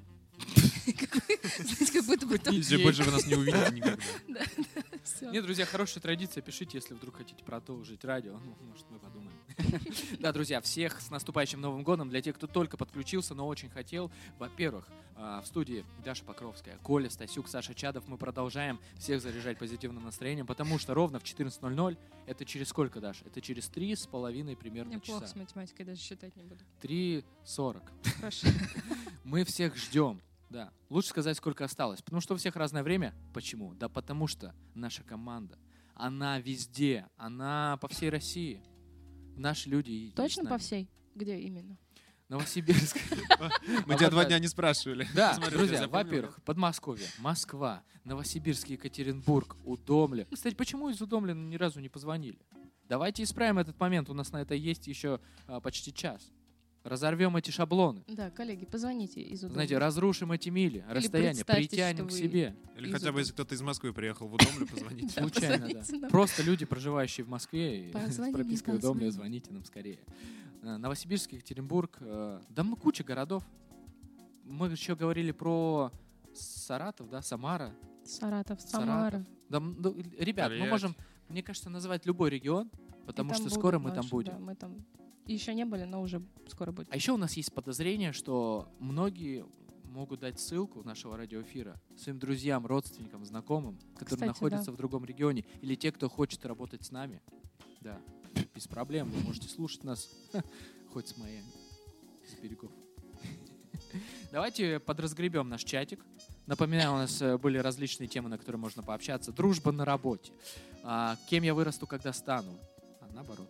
Знаете, как будто бы там- Все, больше вы нас не увидите никогда. Да, да, всё. Нет, друзья, хорошая традиция. Пишите, если вдруг хотите продолжить радио. Ну, может, мы подумаем. Да, друзья, всех с наступающим Новым годом. Для тех, кто только подключился, но очень хотел. Во-первых, а, в студии Даша Покровская, Коля Стасюк, Саша Чадов. Мы продолжаем всех заряжать позитивным настроением, потому что ровно в четырнадцать ноль ноль, это через сколько, Даша? Это через три с половиной примерно Мне плохо с часа. математикой, даже считать не буду. три сорок. Хорошо. Мы всех ждем. Да. Лучше сказать, сколько осталось. Потому что у всех разное время. Почему? Да потому что наша команда, она везде. Она по всей России. Наши люди и- и с Точно по нами. всей? Где именно? Новосибирск. Мы тебя два дня не спрашивали. Да, Смотри, ты друзья, запомнил? во-первых, Подмосковье, Москва, Новосибирск, Екатеринбург, Удомля. Кстати, почему из Удомля ни разу не позвонили? Давайте исправим этот момент. У нас на это есть еще а, почти час. Разорвем эти шаблоны. Да, коллеги, позвоните из Удомля. Знаете, разрушим эти мили, расстояние, представьте, притянем к что вы себе. Или из хотя бы, Удомля. если кто-то из Москвы приехал в Удомлю, позвоните. Да, Случайно, позвоните да. нам. Просто люди, проживающие в Москве, и с Позвони, пропиской позвони. Удомля, звоните нам скорее. Э, Новосибирск, Екатеринбург, э, да мы куча городов. Мы еще говорили про Саратов, да, Самара. Саратов, Самара. Да, м, ну, ребят, мы Тольятти. можем, мне кажется, назвать любой регион, потому И что там скоро будут мы там ваши, будем. да, мы там еще не были, но уже скоро будем. А еще у нас есть подозрение, что многие могут дать ссылку нашего радиоэфира своим друзьям, родственникам, знакомым, которые Кстати, находятся да. в другом регионе, или те, кто хочет работать с нами. Да, без проблем, вы можете слушать нас хоть с Майами, с берегов. Давайте подразгребем наш чатик. Напоминаю, у нас э, были различные темы, на которые можно пообщаться. Дружба на работе. А, кем я вырасту, когда стану? А, наоборот.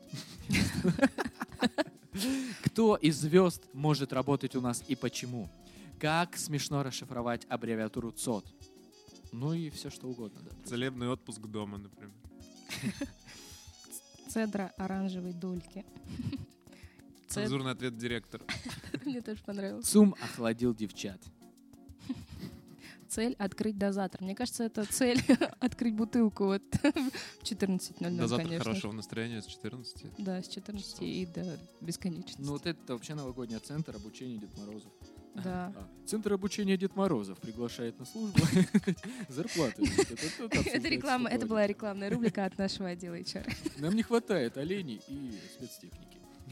Кто из звезд может работать у нас и почему? Как смешно расшифровать аббревиатуру ЦОД? Ну и все что угодно. Да. Целебный отпуск дома, например. Цедра оранжевой дольки. Цед- Цензурный ответ директора. Мне тоже понравилось. ЦУМ охладил девчат. Цель — открыть дозатор. Мне кажется, это цель — открыть бутылку вот в четырнадцать ноль ноль, Дозатор конечно. хорошего настроения с четырнадцати. Да, с четырнадцати и до бесконечности. Ну вот это вообще новогодний центр обучения Дед Морозов. Да. А, Центр обучения Дед Морозов приглашает на службу. Зарплаты. Это реклама, это была рекламная рубрика от нашего отдела эйч ар. Нам не хватает оленей и спецтехники.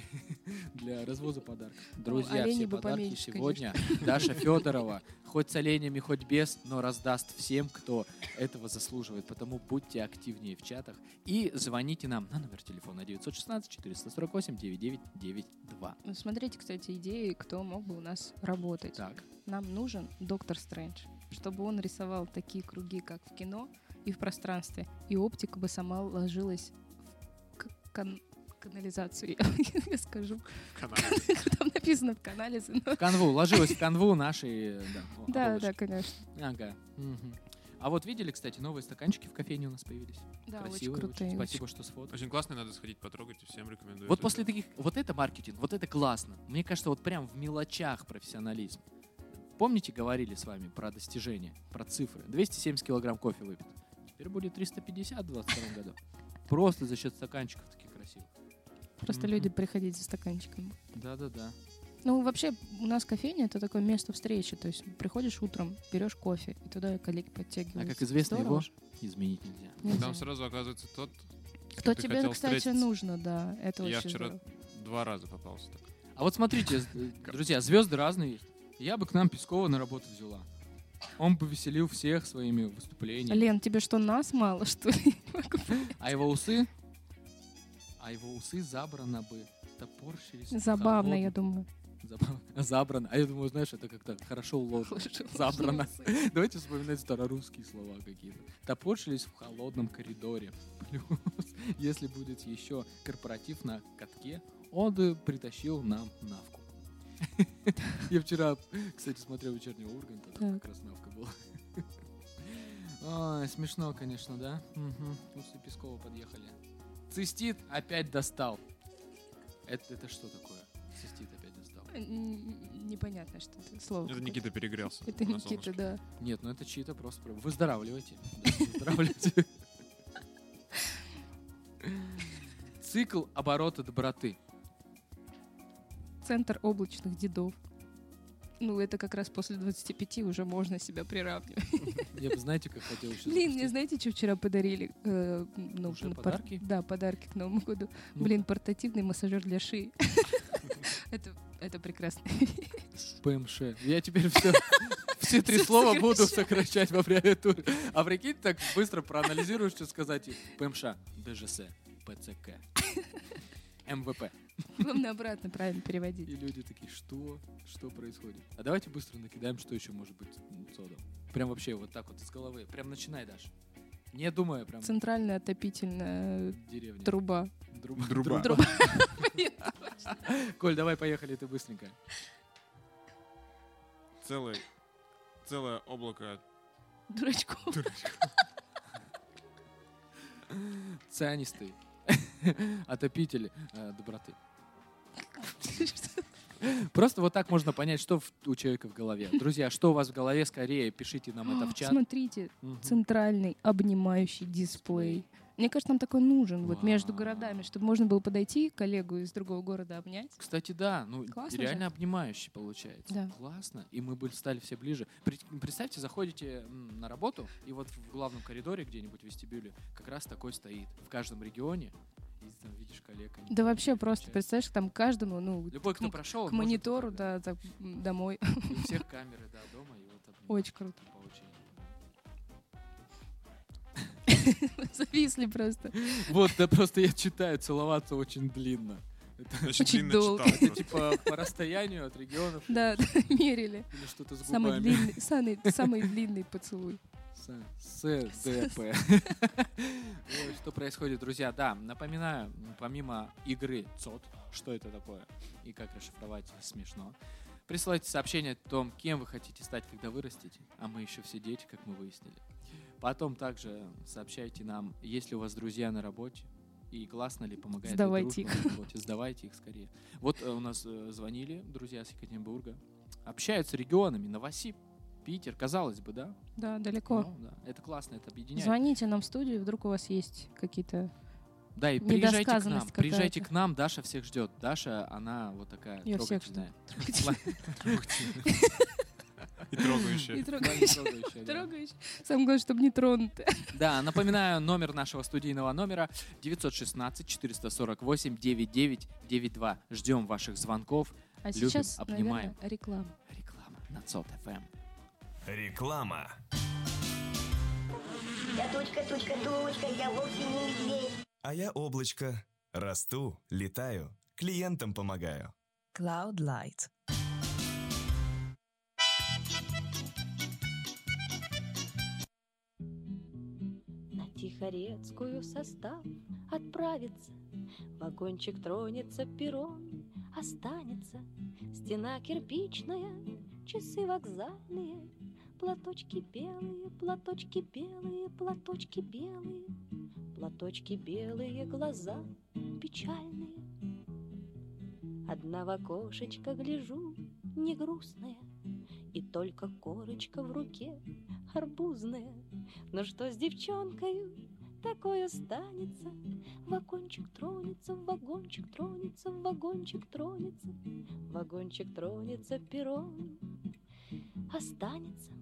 для развоза подарков. Друзья, оленей все бы подарки поменьше, сегодня Даша Федорова, хоть с оленями, хоть без, но раздаст всем, кто этого заслуживает. Потому будьте активнее в чатах и звоните нам на номер телефона девятьсот шестнадцать четыреста сорок восемь девяносто девять девяносто два. Ну, смотрите, кстати, идеи, кто мог бы у нас работать. Так. Нам нужен Доктор Стрэндж, чтобы он рисовал такие круги, как в кино и в пространстве, и оптика бы сама ложилась в к- кан- канализацию, я, я скажу. Там написано в канализе. но- В канву, ложилась в канву нашей... Да, о, Да, оболочки. да, конечно. Ага. Мгм. А вот видели, кстати, новые стаканчики в кофейне у нас появились? Да, очень Красивые, крутые, Спасибо, очень. что сфотали. Очень классно, надо сходить потрогать, и всем рекомендую. Вот это после сделать. таких... Вот это маркетинг, вот это классно. Мне кажется, вот прям в мелочах профессионализм. Помните, говорили с вами про достижения, про цифры? двести семьдесят килограмм кофе выпито. Теперь будет триста пятьдесят в двадцать втором году. Просто за счет стаканчиков таких красивых. Просто Мгм. люди приходить за стаканчиком. Да-да-да. Ну, вообще, у нас кофейня — это такое место встречи. То есть приходишь утром, берешь кофе, и туда коллеги А подтягиваются. как известно, Здорово его же. изменить нельзя. Нельзя. Там сразу оказывается тот, Кто ты тебе, хотел кстати, встретиться. нужно, да. Это Я очень вчера здорово. два раза попался так. А вот смотрите, з- э, друзья, звезды разные есть. Я бы к нам Пескова на работу взяла. Он повеселил всех своими выступлениями. Лен, тебе что, нас мало, что ли? А его усы? А его усы забрано бы. Топорщились. Забавно, я холодно. думаю. Забавно. Забрано. А я думаю, знаешь, это как-то хорошо уложено. Хорошо Забрано. уложено. Давайте вспоминать старорусские слова какие-то. Топорщились в холодном коридоре. Плюс, если будет еще корпоратив на катке, он бы притащил нам навку. Я вчера, кстати, смотрел «Вечернего Урганта», там Так. как раз навка была. Ой, смешно, конечно, да? Угу. Усы Пескова подъехали. Цистит опять достал. Это, это что такое? Цистит опять достал. Н- Непонятно, что это слово. Это какое-то. Никита перегрелся. Это на Никита, солнышке. да. Нет, ну это чьи-то просто... про- Выздоравливайте. Да, выздоравливайте. Цикл оборота доброты. Центр облачных дедов. Ну, это как раз после двадцати пяти уже можно себя приравнивать. Я бы, знаете, как хотел еще Блин, мне знаете, что вчера подарили? Э, ну, Уже на пор- подарки? Да, подарки к Новому году. Ну. Блин, портативный массажер для шеи. Это это прекрасно. ПМШ. Я теперь все, все три слова буду сокращать в аббревиатуре. А прикинь, так быстро проанализируешь, что сказать. и ПМШ, ДЖС, ПЦК, МВП. Главное обратно правильно переводить. И люди такие, что? Что происходит? А давайте быстро накидаем, что еще может быть содом. Прям вообще вот так вот из головы. Прям начинай, Даш. Не думая, прям Центральная отопительная деревня. труба. Друба. Друба. Труба. Коль, давай поехали, ты быстренько. Целое, целое облако Дурачков. Цианистый. Отопитель э, доброты. Просто вот так можно понять, что в- у человека в голове. Друзья, что у вас в голове, скорее пишите нам это в чат. Смотрите, Мгм. центральный обнимающий дисплей. Мне кажется, нам такой нужен вот между городами, чтобы можно было подойти коллегу из другого города обнять. Кстати, да, ну Классно реально же. обнимающий получается. Да. Классно. И мы бы стали все ближе. При- Представьте, заходите м, на работу, и вот в главном коридоре где-нибудь в вестибюле как раз такой стоит. В каждом регионе. И там видишь коллег. они Да вообще общаются. просто, представляешь, там каждому, ну, Любой, кто к- прошел, к может монитору, да, так, м, домой. И у всех камеры, да, дома. И вот обнимают Очень круто. по очереди. Зависли просто. Вот, да просто я читаю, целоваться очень длинно. Это Очень Очень длинно долго. читал. это просто. типа по расстоянию от регионов. Да, да, мерили. Или что-то с Самый губами. длинный, самый, самый длинный поцелуй. С- СДП. Ой, что происходит, друзья? Да, напоминаю, помимо игры ЦОД, что это такое и как расшифровать смешно, присылайте сообщение о том, кем вы хотите стать, когда вырастете, а мы еще все дети, как мы выяснили. Потом также сообщайте нам, есть ли у вас друзья на работе, и классно ли, помогает Сдавайте ли дружба на работе. Сдавайте их скорее. Вот э, у нас э, звонили друзья с Екатеринбурга, общаются регионами, Новосиб, Питер, казалось бы, да? Да, далеко. Ну, да. Это классно, это объединяет. Звоните нам в студию, вдруг у вас есть какие-то... Да, и приезжайте к нам. недосказанность Приезжайте какая-то. к нам, Даша всех ждет. Даша, она вот такая Я всех трогательная. жду. Трогательная. И трогающая. И Да, не трогающая. трогающая, да. Трогающая. Самое главное, чтобы не тронуты. Да, напоминаю, номер нашего студийного номера девятьсот шестнадцать четыреста сорок восемь девяносто девять девяносто два. Ждем ваших звонков. А Любим, сейчас, обнимаем. наверное, реклама. Реклама на ЦОТ эф эм. Реклама. Я точка, точка, точка, я вовсе не медведь. А я облачко. Расту, летаю, клиентам помогаю. Cloud Light. На Тихорецкую состав отправится, вагончик тронется, перрон останется, стена кирпичная, часы вокзальные, платочки белые, платочки белые, платочки белые, платочки белые, глаза печальные. Одна в окошечко гляжу, не грустная, и только корочка в руке арбузная. Но что с девчонкою такое станется? Вагончик тронется, вагончик тронется, вагончик тронется, вагончик тронется, перрон останется.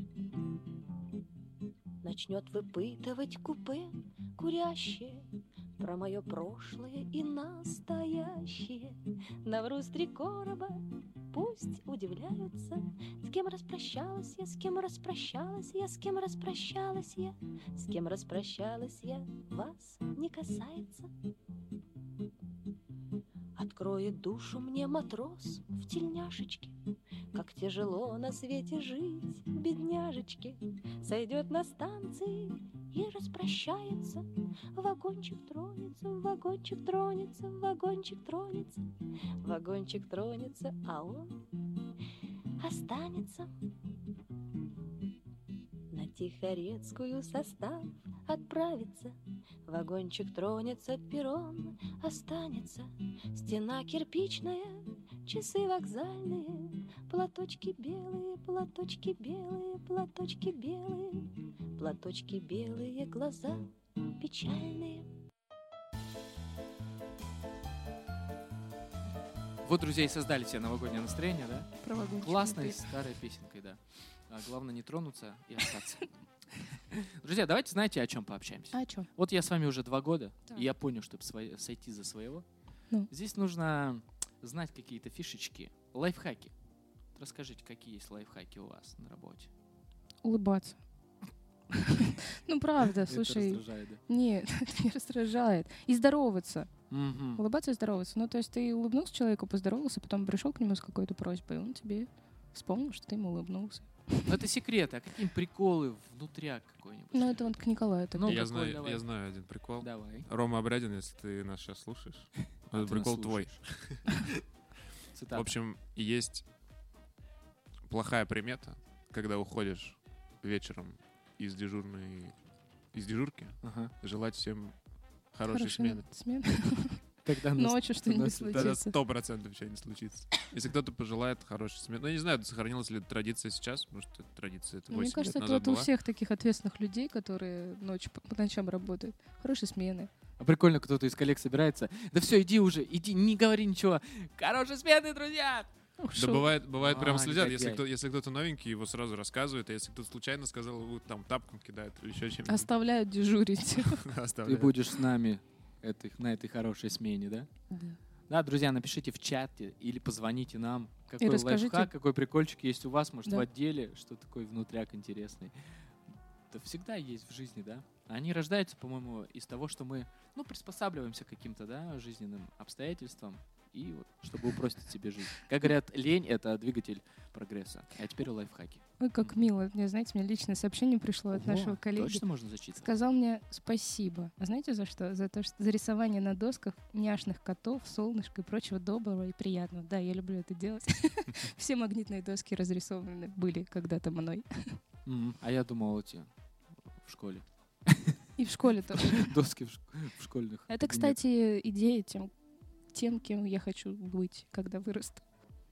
Начнет выпытывать купе курящее про мое прошлое и настоящее. Навру с три короба, пусть удивляются, с кем распрощалась я, с кем распрощалась я, с кем распрощалась я, с кем распрощалась я, вас не касается. Откроет душу мне матрос в тельняшечке, как тяжело на свете жить, бедняжечке. Сойдет на станции и распрощается. Вагончик тронется, вагончик тронется, вагончик тронется, вагончик тронется, а он останется. На Тихорецкую состав отправится, вагончик тронется, перрон останется, стена кирпичная, часы вокзальные, платочки белые, платочки белые, платочки белые, платочки белые, глаза печальные. Вот, друзья, и создали себе новогоднее настроение, да? Про вагончик Классной внутри. старой песенкой, да. А главное не тронуться и остаться. Друзья, давайте, знаете, о чем пообщаемся? А о чем? Вот я с вами уже два года, Так. и я понял, чтобы сойти за своего, Ну. здесь нужно знать какие-то фишечки, лайфхаки. Расскажите, какие есть лайфхаки у вас на работе? Улыбаться. Ну, правда, Это слушай. раздражает, да? Нет, это не раздражает. И здороваться. Мгм. Улыбаться и здороваться. Ну, то есть ты улыбнулся человеку, поздоровался, потом пришел к нему с какой-то просьбой, и он тебе вспомнил, что ты ему улыбнулся. Ну, это секреты, а какие приколы внутряк какой-нибудь? Ну, это вот к Николаю. так Ну, я, какой, знаю, давай. я знаю один прикол. Давай. Рома Обрядин, если ты нас сейчас слушаешь, А этот ты нас прикол твой. Цитата. В общем, есть плохая примета, когда уходишь вечером из дежурной, из дежурки, Ага. желать всем хорошей Хорошей смены. смены. Тогда нас- Ночью что-нибудь Тогда случится. сто процентов ничего не случится. Если кто-то пожелает хорошей смены. Ну, я не знаю, сохранилась ли эта традиция сейчас, потому что эта традиция это Ну, Мне восемь кажется, лет это назад вот у была. всех таких ответственных людей, которые ночью по по ночам работают. Хорошие смены. А прикольно, кто-то из коллег собирается. Да все, иди уже, иди, не говори ничего. Хорошей смены, друзья! Да бывает, бывает прям А, следят. Если, негодяй. кто, если кто-то новенький, его сразу рассказывает, а если кто-то случайно сказал, его там тапком кидает или еще чем-нибудь. Оставляют дежурить. Ты Оставляют. будешь с нами этой, на этой хорошей смене, да? Да. Да, друзья, напишите в чате или позвоните нам. Какой расскажите- лайфхак, какой прикольчик есть у вас, может, Да. в отделе, что такое внутряк интересный. Это всегда есть в жизни, да? Они рождаются, по-моему, из того, что мы, ну, приспосабливаемся к каким-то, да, жизненным обстоятельствам, и вот, чтобы упростить себе жизнь. Как говорят, лень — это двигатель прогресса. А теперь лайфхаки. Ой, как мило. Мне, знаете, мне личное сообщение пришло от Ого, нашего коллеги. точно можно зачитывать? Сказал мне спасибо. А знаете за что? За то, что за рисование на досках няшных котов, солнышка и прочего доброго и приятного. Да, я люблю это делать. Все магнитные доски разрисованы были когда-то мной. Мгм. А я думал, эти в школе. И в школе тоже. Доски в, ш- в школьных. Это, кабинетах. кстати, идея тем, тем, кем я хочу быть, когда вырасту.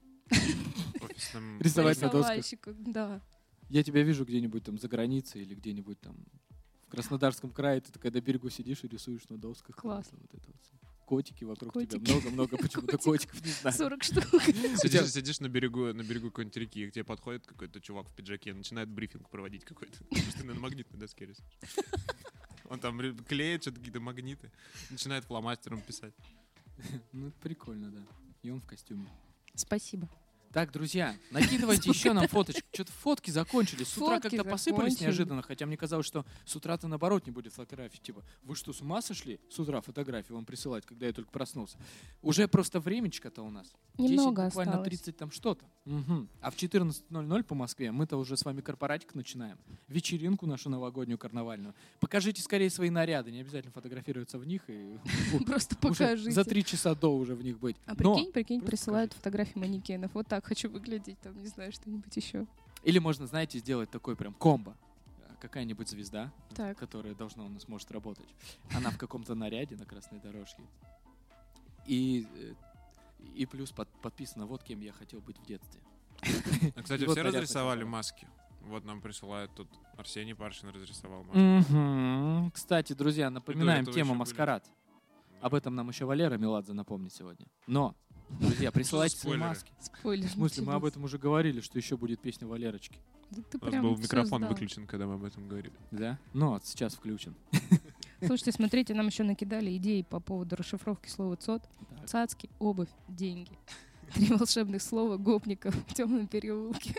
Офисным Рисовать на досках. Рисовальщиком, да. Я тебя вижу где-нибудь там за границей или где-нибудь там в Краснодарском крае. Ты такая до берегу сидишь и рисуешь на досках. Класс. Вот это вот всё. котики вокруг Котики. тебя. Много-много почему-то котиков, не знаю. сорок штук. Сидишь, сидишь на берегу, на берегу какой-нибудь реки, и к тебе подходит какой-то чувак в пиджаке, начинает брифинг проводить какой-то. Потому что ты на магнитной доске рисуешь. Он там ре- клеит что-то, какие-то магниты, начинает фломастером писать. Ну, это прикольно, да. И он в костюме. Спасибо. Так, друзья, накидывайте еще нам фоточки. Что-то фотки закончились. С утра Фотки как-то посыпались закончились. неожиданно, хотя мне казалось, что с утра-то наоборот не будет фотографий. Типа, вы что, с ума сошли с утра фотографии вам присылать, когда я только проснулся? Уже просто времечко-то у нас. Немного десять, буквально осталось. тридцать там что-то. Мгм. А в четырнадцать ноль ноль по Москве мы-то уже с вами корпоратик начинаем. Вечеринку нашу новогоднюю, карнавальную. Покажите скорее свои наряды, не обязательно фотографироваться в них. И Просто уже покажите. За три часа до уже в них быть. А Но- прикинь, прикинь, присылают фотографии манекенов. Вот так хочу выглядеть, там, не знаю, что-нибудь еще. Или можно, знаете, сделать такой прям комбо. Какая-нибудь звезда, Так. которая должна у нас может работать. Она в каком-то наряде на красной дорожке. И, э, и плюс под- подписано, вот кем я хотел быть в детстве. А, кстати, И вот все наряд разрисовали такой. маски. Вот нам присылают тут. Арсений Паршин разрисовал маску. Мгм. Кстати, друзья, напоминаем этого тему еще были. маскарад. Об этом нам еще Валера Меладзе напомнит сегодня. Но, друзья, присылайте свои спойлеры? маски. Спойлер. В смысле, мы об начались. этом уже говорили, что еще будет песня Валерочки. Да ты У нас прям был всё микрофон сдал. выключен, когда мы об этом говорили. Да? Ну, вот сейчас включен. Слушайте, смотрите, нам еще накидали идеи по поводу расшифровки слова «цот». Цацки, обувь, деньги. Три волшебных слова гопников в темном переулке.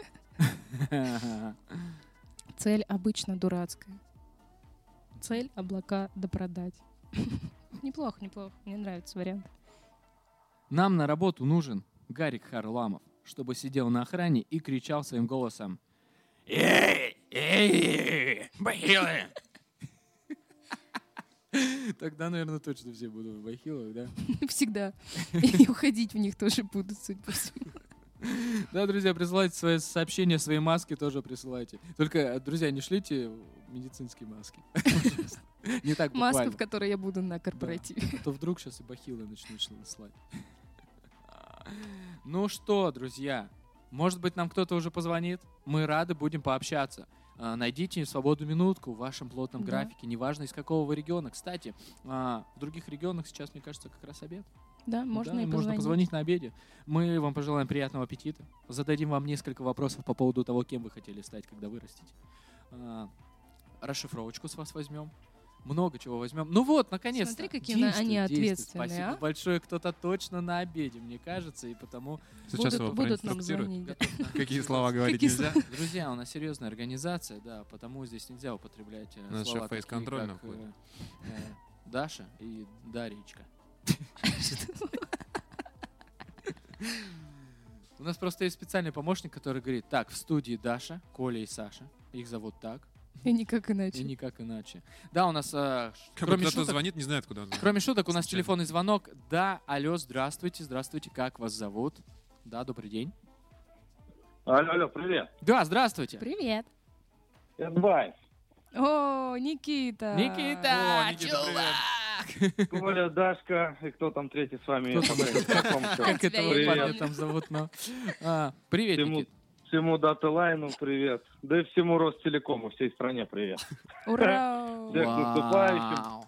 Цель обычно дурацкая. Цель — облака допродать. Неплохо, неплохо. Мне нравится вариант. Нам на работу нужен Гарик Харламов, чтобы сидел на охране и кричал своим голосом: «Эй, эй, бахилы!» Тогда, наверное, точно все будут в бахилах, да? Всегда. И уходить в них тоже будут, судя по всему. Да, друзья, присылайте свои сообщения, свои маски тоже присылайте. Только, друзья, не шлите медицинские маски. Пожалуйста. Не так Маска, буквально. в которой я буду на корпоративе. Да, а то вдруг сейчас и бахилы начнут слать. Ну что, друзья, может быть, нам кто-то уже позвонит? Мы рады будем пообщаться. А, Найдите свободную минутку в вашем плотном Да. графике, неважно из какого вы региона. Кстати, а, в других регионах сейчас, мне кажется, как раз обед. Да, можно Да, и можно позвонить. позвонить на обеде. Мы вам пожелаем приятного аппетита. Зададим вам несколько вопросов по поводу того, кем вы хотели стать, когда вырастете. А, Расшифровочку с вас возьмем. Много чего возьмем. Ну вот, наконец-то. Смотри, какие на- Действует, они действует. ответственные, Спасибо а? большое. Кто-то точно на обеде, мне кажется, и потому... Сейчас Будут- его будут нам проинструктируют. звонить, да. Какие слова говорить Какие нельзя. Друзья, у нас серьезная организация, да, потому здесь нельзя употреблять э, У нас слова еще такие, фейс-контроль как, находит. э, э, Даша и Дарьечка. У нас просто есть специальный помощник, который говорит: так, в студии Даша, Коля и Саша. Их зовут так. И никак иначе. И никак иначе. Да, у нас, э, ш- Как кроме будто кто-то шуток, звонит, не знает, куда он звонит. кроме шуток, у нас Случайно. телефонный звонок. Да, алло, здравствуйте, здравствуйте, как вас зовут? Да, добрый день. Алло, алло, привет. Да, здравствуйте. Привет. Это Вайс. О, Никита. Никита, О, Никита, чувак! Коля, Дашка и кто там третий с вами? Кто там Пока не знакомься. Как этого Привет. парня там зовут, но... А, Привет, Всему, Никит. всему Даталайну привет. Да и всему Ростелекому, всей стране привет. Ура! Всех с наступающим. Вау.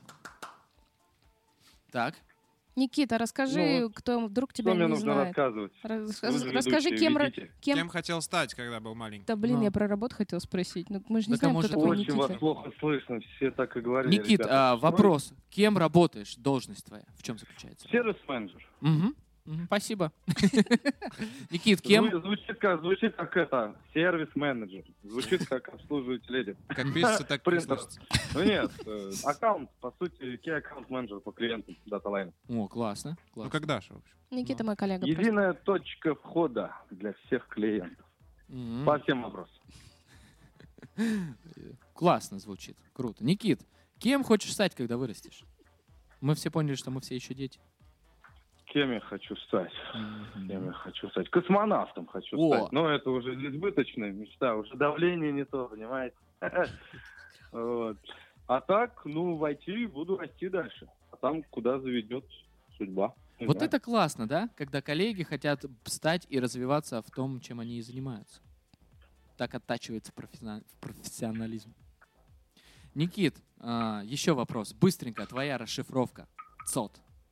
Так. Никита, расскажи, Ну, кто вдруг тебя Что мне не нужно знает. рассказывать? Рас- Вы же Расскажи, ведущие, кем, ра- ведите. кем... Кем хотел стать, когда был маленький? Да, блин, Ну. я про работу хотел спросить. Ну, мы же не Так, а знаем, кто может, такой Очень Никита. вас плохо слышно, все так и говорили. Никит, ребята. а, вопрос. Кем работаешь? Должность твоя? В чем заключается? Сервис-менеджер. Мгм. Мгм, Спасибо. Никит, кем? Зву- Звучит как, звучит как это, сервис-менеджер. Звучит как обслуживатель леди. Как пишется, так и Принтер. слышится. Ну нет, э, аккаунт, по сути, key аккаунт-менеджер по клиентам даталайна. О, классно. Ну, классно. как Даша, в общем. Никита мой коллега. просто. Единая точка входа для всех клиентов. Мгм. По всем вопросам. Классно звучит. Круто. Никит, кем хочешь стать, когда вырастешь? Мы все поняли, что мы все еще дети. Кем я хочу стать? Мгм. Кем я хочу стать? Космонавтом хочу О! стать. Но это уже избыточная мечта, уже давление не то, понимаете? Вот. А так, ну, в ай ти буду расти дальше. А там, куда заведет судьба. Не Вот знаю. это классно, да? Когда коллеги хотят стать и развиваться в том, чем они и занимаются. Так оттачивается профессиона- профессионализм. Никит, а, еще вопрос. Быстренько, твоя расшифровка. ЦОТ.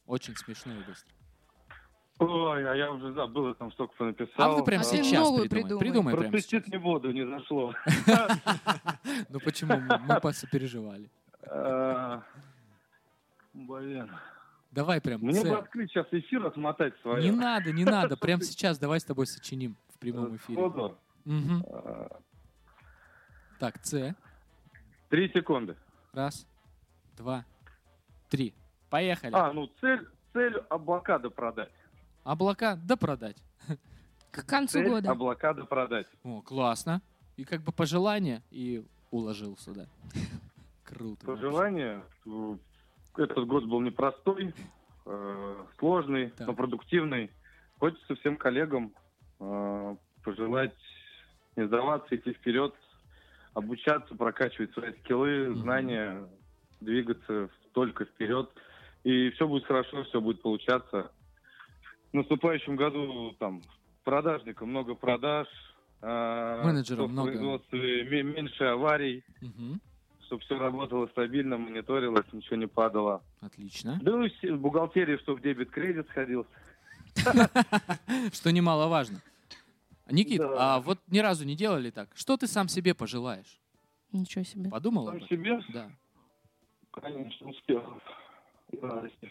Очень смешно и быстро. Ой, а я уже забыл, я там столько понаписал. А вы прям А, сейчас придумай. Придумай прямо сейчас. Просветить не буду, не зашло. Ну почему? Мы посопереживали. А, Блин. Давай прям. Мне Ц. бы открыть сейчас эфир, отмотать свое. Не надо, не надо. Прямо сейчас давай с тобой сочиним в прямом эфире. Сходу. Мгм. А, Так, С. Три секунды. Раз, два, три. Поехали. А, ну цель, цель облака продать. Облака да продать. К концу Цель года. облака продать. О, классно. И как бы пожелание, и уложил сюда. Круто. Пожелание. э, Этот год был непростой, э, сложный, но продуктивный. Хочется всем коллегам э, пожелать не сдаваться, идти вперед, обучаться, прокачивать свои скиллы, знания, двигаться только вперед. И все будет хорошо, все будет получаться. В наступающем году там продажникам много продаж, э, Менеджерам что в много. производстве ме- меньше аварий, Мгм. чтобы все работало стабильно, мониторилось, ничего не падало. Отлично. Да, и все- в бухгалтерии, чтобы дебет-кредит сходился. Что немаловажно. Никит, а вот ни разу не делали так. Что ты сам себе пожелаешь? Ничего себе. Подумал об Сам этом? себе? Да. Конечно, успехов и радости.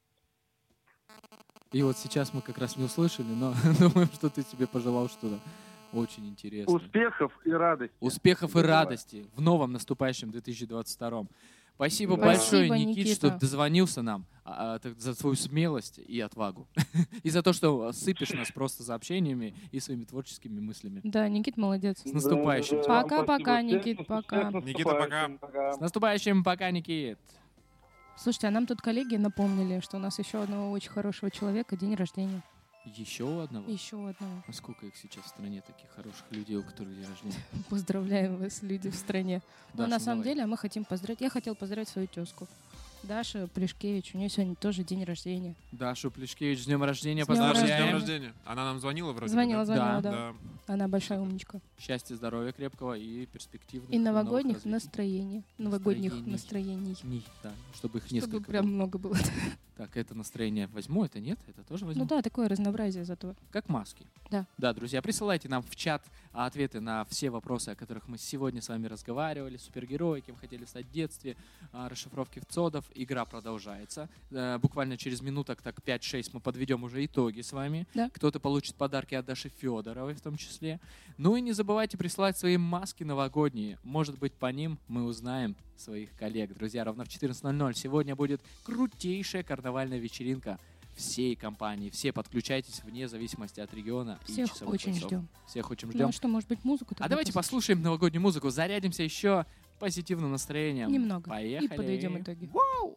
И вот сейчас мы как раз не услышали, но думаем, что ты себе пожелал что-то очень интересное. Успехов и радости. Успехов и Давай. радости в новом наступающем две тысячи двадцать втором. Спасибо Да. большое, Спасибо, Никит, Никита. что дозвонился нам, а, а, так, за свою смелость и отвагу. И за то, что сыпешь нас просто сообщениями и своими творческими мыслями. Да, Никит молодец. С наступающим. Да, Пока-пока, спасибо. Никит, Всех пока. с Никита, пока. наступающим. Пока. С наступающим, пока, Никит. Слушайте, а нам тут коллеги напомнили, что у нас еще одного очень хорошего человека день рождения. Еще у одного? Еще у одного. А сколько их сейчас в стране, таких хороших людей, у которых день рождения? Поздравляем вас, люди в стране. Но Даша, на самом давай. деле мы хотим поздравить. Я хотел поздравить свою тезку. Даша Плешкевич, у нее сегодня тоже день рождения. Дашу Плешкевич, с днем рождения, С днем Даша, с поздравляем. днем рождения. Она нам звонила вроде бы, Звонила, да? звонила, Да. да. Она большая умничка. Счастья, здоровья крепкого и перспективных И новых новогодних развитий. настроений. Новогодних Настроений. настроений. Ни- да, чтобы их Чтобы несколько прям было. много было. Так, это настроение возьму, это нет, это тоже возьму. Ну да, такое разнообразие зато. Как маски. Да. Да, друзья, присылайте нам в чат ответы на все вопросы, о которых мы сегодня с вами разговаривали. Супергерои, кем хотели стать в детстве, а, расшифровки ВЦОДов. Игра продолжается. Э, Буквально через минуток, так пять-шесть, мы подведем уже итоги с вами. Да. Кто-то получит подарки от Даши Федоровой в том числе. Ну и не забывайте присылать свои маски новогодние. Может быть, по ним мы узнаем своих коллег. Друзья, ровно в четырнадцать ноль ноль сегодня будет крутейшая карнавальная вечеринка всей компании. Все подключайтесь вне зависимости от региона и Всех часовых очень поясов. ждем. Всех очень Ну ждем. а что, может быть, музыку? А тогда давайте послушаем? послушаем новогоднюю музыку, зарядимся еще позитивным настроением. Немного. Поехали. И подведем итоги. Вау!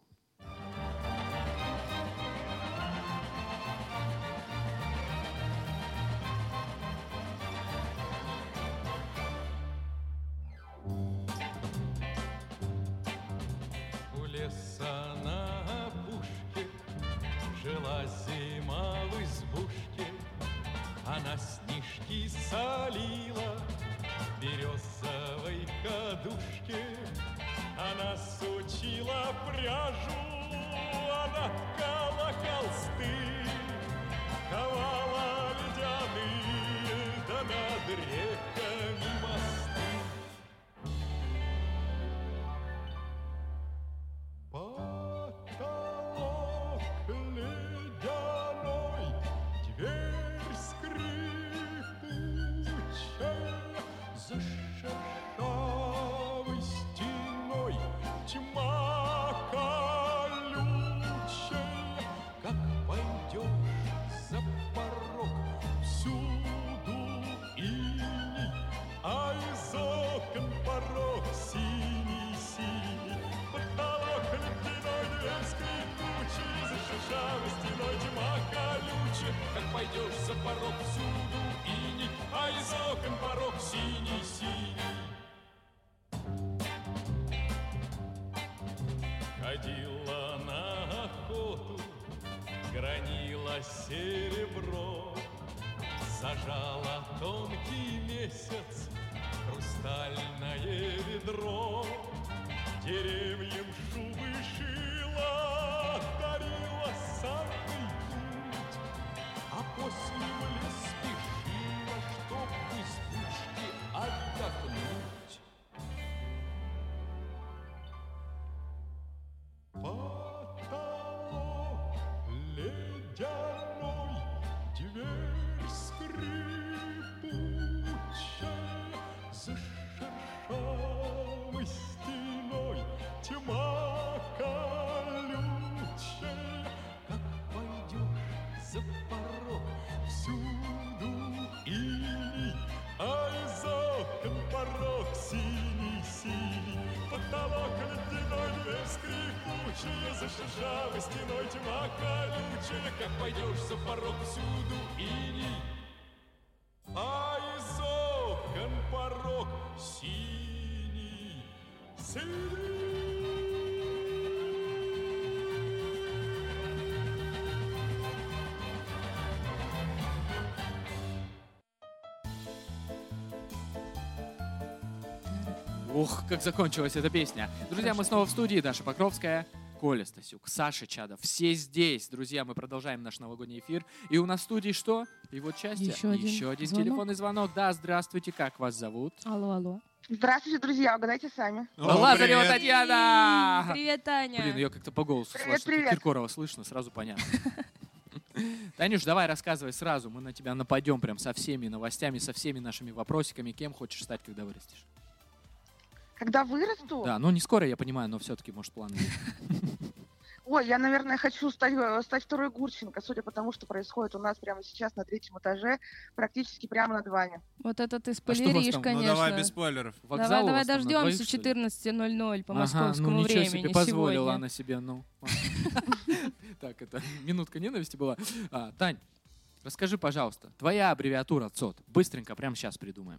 У леса на опушке жила зима в избушке. Она снежки солила в березовой кадушке. Она сучила пряжу, она ткала холсты, ковала ледяные, да над реками мосты. Потолок ледяной, дверь скрипучая, за шершавой стеной тьма колючая. Как пойдешь за порог, всюду иней, а из окон порог синий-синий. Потолок ледяной, дверь скрипучая, за шершавой стеной тьма колючая. Как пойдешь за порог, всюду иней, а из окон порог синий-синий. Ходила на охоту, гранила серебро, зажала тонкий месяц хрустальное ведро. Деревьям шубы шила, дарила сам потолок ледяной, две скрипучие, за шершавой стеной тьма колючая. Как пойдешь за порог, всюду иней, а из окон порог синий, синий. Ух, как закончилась эта песня. Друзья, мы снова в студии. Даша Покровская, Коля Стасюк, Саша Чадов. Все здесь. Друзья, мы продолжаем наш новогодний эфир. И у нас в студии что? Его части. Еще один Еще один звонок. телефонный звонок. Да, здравствуйте. Как вас зовут? Алло, алло. Здравствуйте, друзья, угадайте сами. О, Лазарева Татьяна! Привет, Таня. Блин, ее как-то по голосу Привет, слышно. привет. Киркорова слышно, сразу понятно. Танюш, давай рассказывай сразу. Мы на тебя нападем прям со всеми новостями, со всеми нашими вопросиками. Кем хочешь стать, когда вырастешь? Когда вырасту, Да, ну не скоро, я понимаю, но все-таки, может, планы есть. ой, я, наверное, хочу стать, э, стать второй Гурченко, судя по тому, что происходит у нас прямо сейчас на третьем этаже, практически прямо над вами. Вот это ты А что у вас спойлеришь, там? Ну, конечно. давай без спойлеров. Вокзал Давай, у давай вас там на двоих, дождемся что ли? четырнадцать ноль ноль по Ага, московскому ну ничего времени себе, позволила сегодня. она себе, ну. Так, это минутка ненависти была. А, Тань, расскажи, пожалуйста, твоя аббревиатура ЦОД. Быстренько, прямо сейчас придумаем.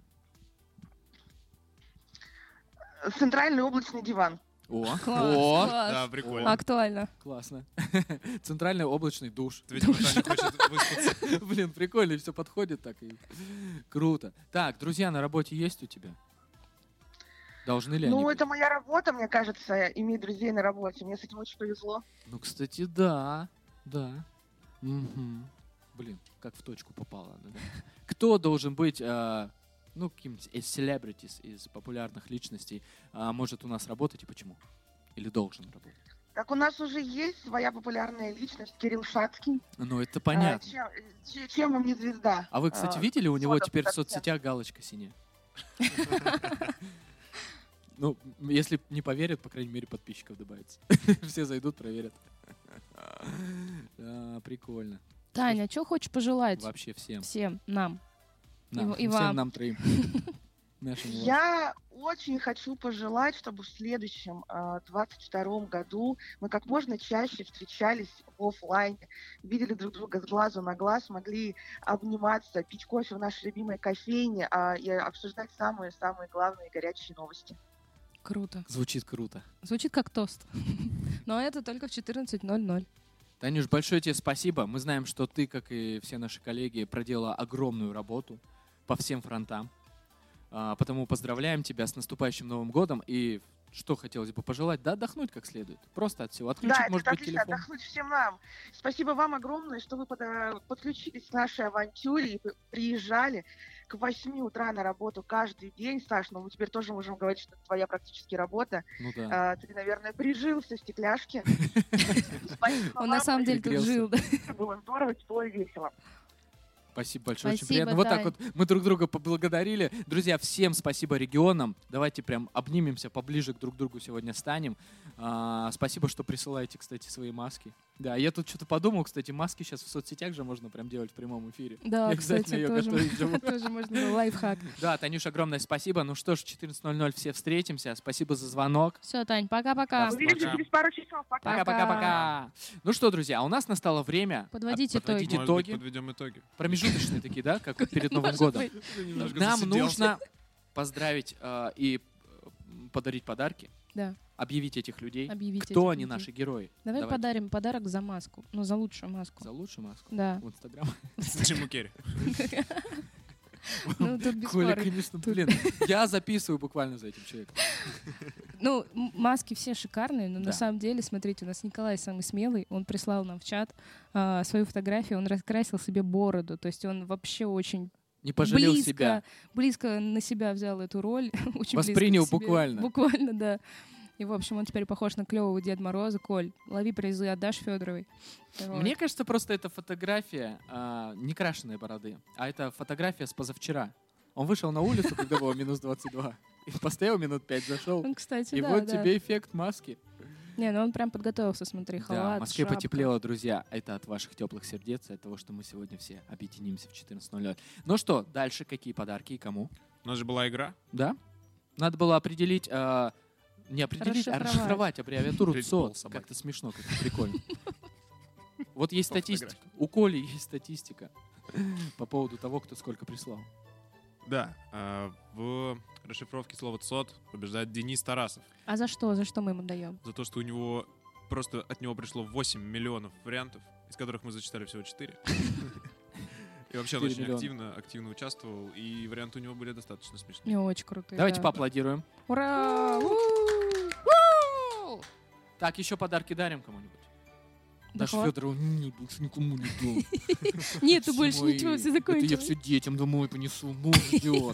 Центральный облачный диван. О, Класс, о, класс. Да, прикольно. Актуально. классно. Центральный облачный душ. Видимо, Таня хочет выспаться. Блин, прикольно, все подходит так. И... Круто. Так, друзья на работе есть у тебя? Должны ли Ну, они это моя работа, мне кажется, иметь друзей на работе. Мне с этим очень повезло. быть? Ну, кстати, да. Да. Мгм. Блин, как в точку попало. Да, да. Кто должен быть, а, ну, каким-нибудь из celebrities, из популярных личностей, а, может у нас работать и почему? Или должен работать? Так у нас уже есть своя популярная личность, Кирилл Шацкий. Ну, это А, понятно. чем, ч- чем он не звезда? А вы, кстати, А, видели, у него фото теперь в ВКонтакте. соцсетях галочка синяя? Ну, если не поверят, по крайней мере, подписчиков добавится. Все зайдут, проверят. Да, прикольно. Таня, что хочешь пожелать? Вообще всем. Всем, нам. Нам, и всем вам. нам троим. Нашим и вам. Я очень хочу пожелать, чтобы в следующем а, двадцать втором году мы как можно чаще встречались в оффлайне, видели друг друга с глазу на глаз, могли обниматься, пить кофе в нашей любимой кофейне а, и обсуждать самые-самые главные горячие новости. Круто. Звучит круто. Звучит как тост. Но это только в четырнадцать ноль ноль. Танюш, большое тебе спасибо. Мы знаем, что ты, как и все наши коллеги, проделала огромную работу по всем фронтам. А, Потому поздравляем тебя с наступающим Новым годом. И что хотелось бы пожелать? Да, отдохнуть как следует. Просто от всего. Отключить, Да, это может быть, отлично, телефон. отдохнуть всем нам. Спасибо вам огромное, что вы пода- подключились к нашей авантюре и п- приезжали к восьми утра на работу каждый день. Саш, ну мы теперь тоже можем говорить, что это твоя практически работа. Ну да. А, ты, наверное, прижился в стекляшке. Спасибо Он на вам. самом деле тут Пригрелся. жил. да. Было здорово, тепло и весело. Спасибо большое, очень Спасибо, приятно. Вот так Тань. вот мы друг друга поблагодарили. Друзья, всем спасибо регионам. Давайте прям обнимемся, поближе к друг другу сегодня станем. А, спасибо, что присылаете, кстати, свои маски. Да, я тут что-то подумал, кстати, маски сейчас в соцсетях же можно прям делать в прямом эфире. Да, Я обязательно кстати, её тоже, готовить живу. тоже можно лайфхак. Да, Танюш, огромное спасибо. Ну что ж, четырнадцать ноль ноль все встретимся. Спасибо за звонок. Все, Тань, пока-пока. Увидимся через пару часов. Пока. Пока-пока-пока. Ну что, друзья, у нас настало время Подводить подводить Может быть, итоги. подведем итоги. Промежуточные такие, да, как перед Новым Может годом. быть. Немножко Нам засиделся. нужно поздравить э, и э, подарить подарки, Да, объявить этих людей, объявить кто этих они, людей. наши герои. Давай Давайте. подарим подарок за маску. Ну, за лучшую маску. За лучшую маску Да. в Инстаграм. Джиму Керри. Ну, тут без Коля, спора. конечно, блин, я записываю буквально за этим человеком. Ну, м- маски все шикарные, но Да. на самом деле, смотрите, у нас Николай самый смелый, он прислал нам в чат а, свою фотографию, он раскрасил себе бороду, то есть он вообще очень Не пожалел близко, себя. близко на себя взял эту роль. очень близко Воспринял к себе. буквально. Буквально, да. И, в общем, он теперь похож на клевого Деда Мороза. Коль, лови призы, отдашь Федоровой. Вот. Мне кажется, просто это фотография а, не крашеной бороды, а это фотография с позавчера. Он вышел на улицу, когда было минус двадцать два, и постоял минут пять, зашел. Ну, кстати, И да, вот да. тебе эффект маски. Не, ну он прям подготовился, смотри, Да, халат, в Москве шапка. потеплело, друзья. Это от ваших теплых сердец, и от того, что мы сегодня все объединимся в четырнадцать ноль ноль. Ну что, дальше какие подарки и кому? У нас же была игра. Да? Надо было определить, э, Не определить, а Расшифровать. расшифровать аббревиатуру Блядь, ЦОД. полсобаки. Как-то смешно, как-то прикольно. Вот есть По статистика. У Коли есть статистика по поводу того, кто сколько прислал. Да, а, в расшифровке слова «цод» побеждает Денис Тарасов. А за что? За что мы ему даем? За то, что у него просто от него пришло восемь миллионов вариантов, из которых мы зачитали всего четыре. И вообще он четыре очень миллиона. активно, активно участвовал, и варианты у него были достаточно смешные. Не очень крутые. Давайте да. поаплодируем. Ура! Так, еще подарки дарим кому-нибудь. Да Даша хват- Федорова, не, больше никому не дам. Нету больше Ой, ничего, все Это я закончилось. все детям домой понесу, муж ждет.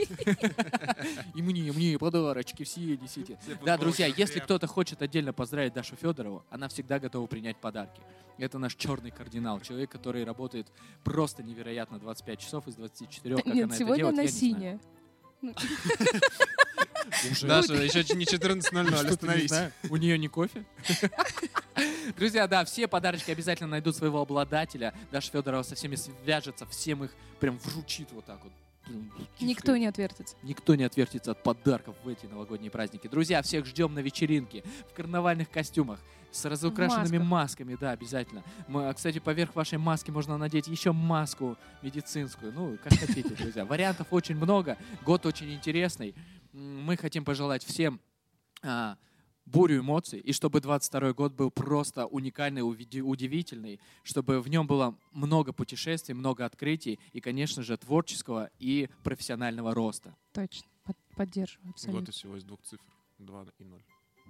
И мне, мне подарочки все несите. Да, друзья, если кто-то хочет отдельно поздравить Дашу Федорову, она всегда готова принять подарки. Это наш черный кардинал, человек, который работает просто невероятно двадцать пять часов из двадцати четырёх. Как Нет, она это сегодня делает, она я не знаю. синяя. Уже. Даша, еще не четырнадцать ноль ноль, Что-то не остановись. знаю. У нее не кофе? Друзья, да, все подарочки обязательно найдут своего обладателя. Даша Федорова со всеми свяжется, всем их прям вручит вот так вот. Прям Никто не отвертится. Никто не отвертится от подарков в эти новогодние праздники. Друзья, всех ждем на вечеринке в карнавальных костюмах с разукрашенными масках. масками, да, обязательно. Мы, а, кстати, поверх вашей маски можно надеть еще маску медицинскую. Ну, как хотите, друзья. Вариантов очень много. Год очень интересный. М, Мы хотим пожелать всем а, бурю эмоций, и чтобы двадцать второй год был просто уникальный, увиди- удивительный, чтобы в нем было много путешествий, много открытий и, конечно же, творческого и профессионального роста. Точно. Под- Поддерживаю Год абсолютно. из всего из двух цифр. Два и ноль.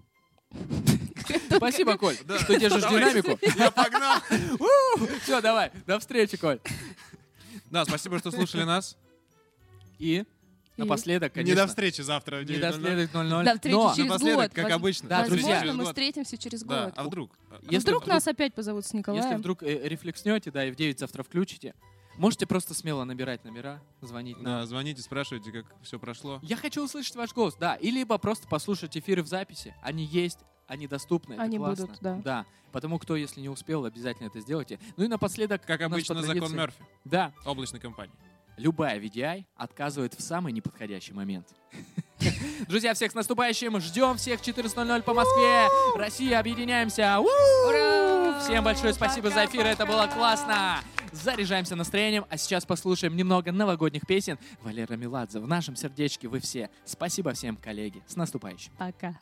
Спасибо, Коль, Да. что держишь Давай. динамику. Я погнал. Все, давай, до встречи, Коль. Да, спасибо, что слушали нас. И напоследок, конечно. Не до встречи завтра в Не девять до ноль ноль. следует ноль ноль. До встречи Но через напоследок, год. как Воз- обычно. Да, Возможно, друзья. Через мы год. встретимся через Да, год. а вдруг? Если Вдруг вдруг- нас опять позовут с Николаем. Если вдруг э, рефлекснете, да, и в девять завтра включите, можете просто смело набирать номера, звонить нам. Да, звоните, спрашивайте, как все прошло. Я хочу услышать ваш голос, да. И либо просто послушать эфиры в записи. Они есть, они доступны, это Они классно. будут, да. Да, потому кто, если не успел, обязательно это сделайте. Ну и напоследок, Как у нас обычно, по закон традиции- Мерфи. Да, Облачной компании. любая ви ди ай отказывает в самый неподходящий момент. Друзья, всех с наступающим! Ждем всех в четырнадцать ноль ноль по Москве! Россия, объединяемся! Ура! Всем большое спасибо за эфир, это было классно! Заряжаемся настроением, а сейчас послушаем немного новогодних песен. Валера Меладзе, в нашем сердечке вы все. Спасибо всем, коллеги. С наступающим! Пока.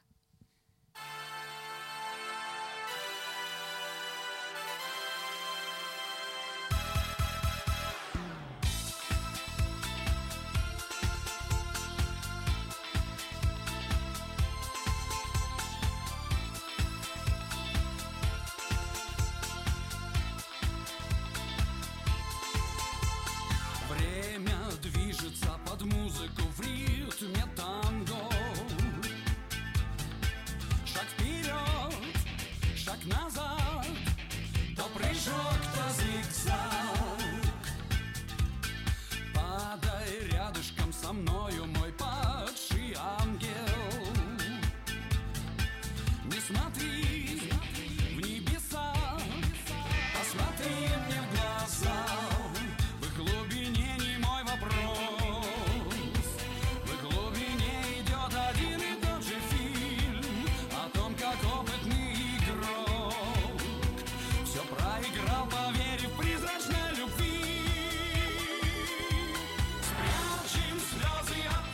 Время движется под музыку в ритме танго. Шаг вперед, шаг назад, то прыжок, то зигзаг. Падай рядышком со мною, мой падший ангел. Не смотри в небеса, посмотри мне в глаза. В их глубине не мой вопрос. В их глубине идет один и тот же фильм о том, как опытный игрок все проиграл, поверив призрачной любви. Спрячем слезы от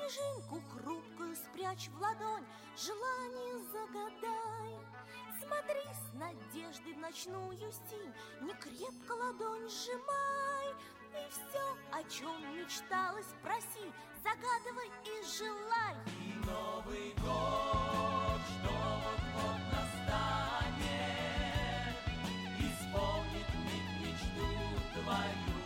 Снежинку хрупкую спрячь в ладонь, желание загадай. Смотри с надеждой в ночную синь, не крепко ладонь сжимай. И все, о чем мечталось, проси, загадывай и желай. И Новый год, что вот-вот настанет, исполнит миг мечту твою.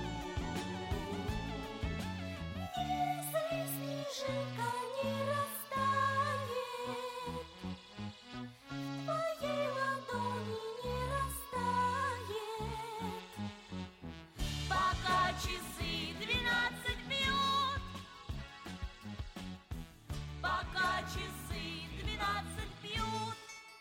Если снежинка не растает, в твоей ладони не растает, Пока часы двенадцать бьют, пока часы двенадцать бьют.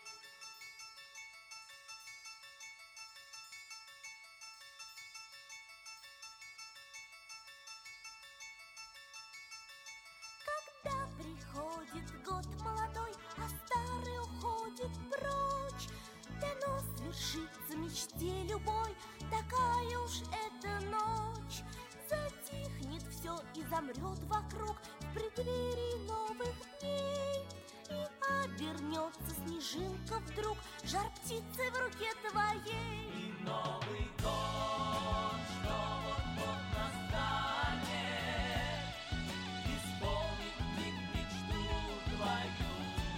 Когда приходит год молодой, а старый уходит прочь, дано свершится мечте любой, такая уж эта ночь. Затихнет все и замрет вокруг в преддверии новых дней, и обернется снежинка вдруг жар птицы в руке твоей. И Новый год, что вот-вот настанет, исполнит миг мечту твою.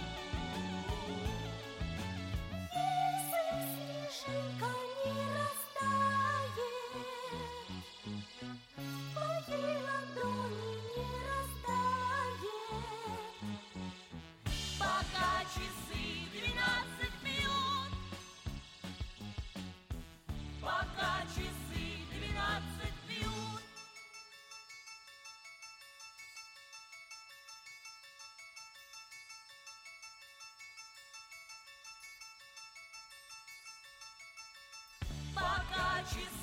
Если снежинка не растает, в твоей ладони не растает, Пока часы двенадцать бьют, пока часы двенадцать бьют. Пока часы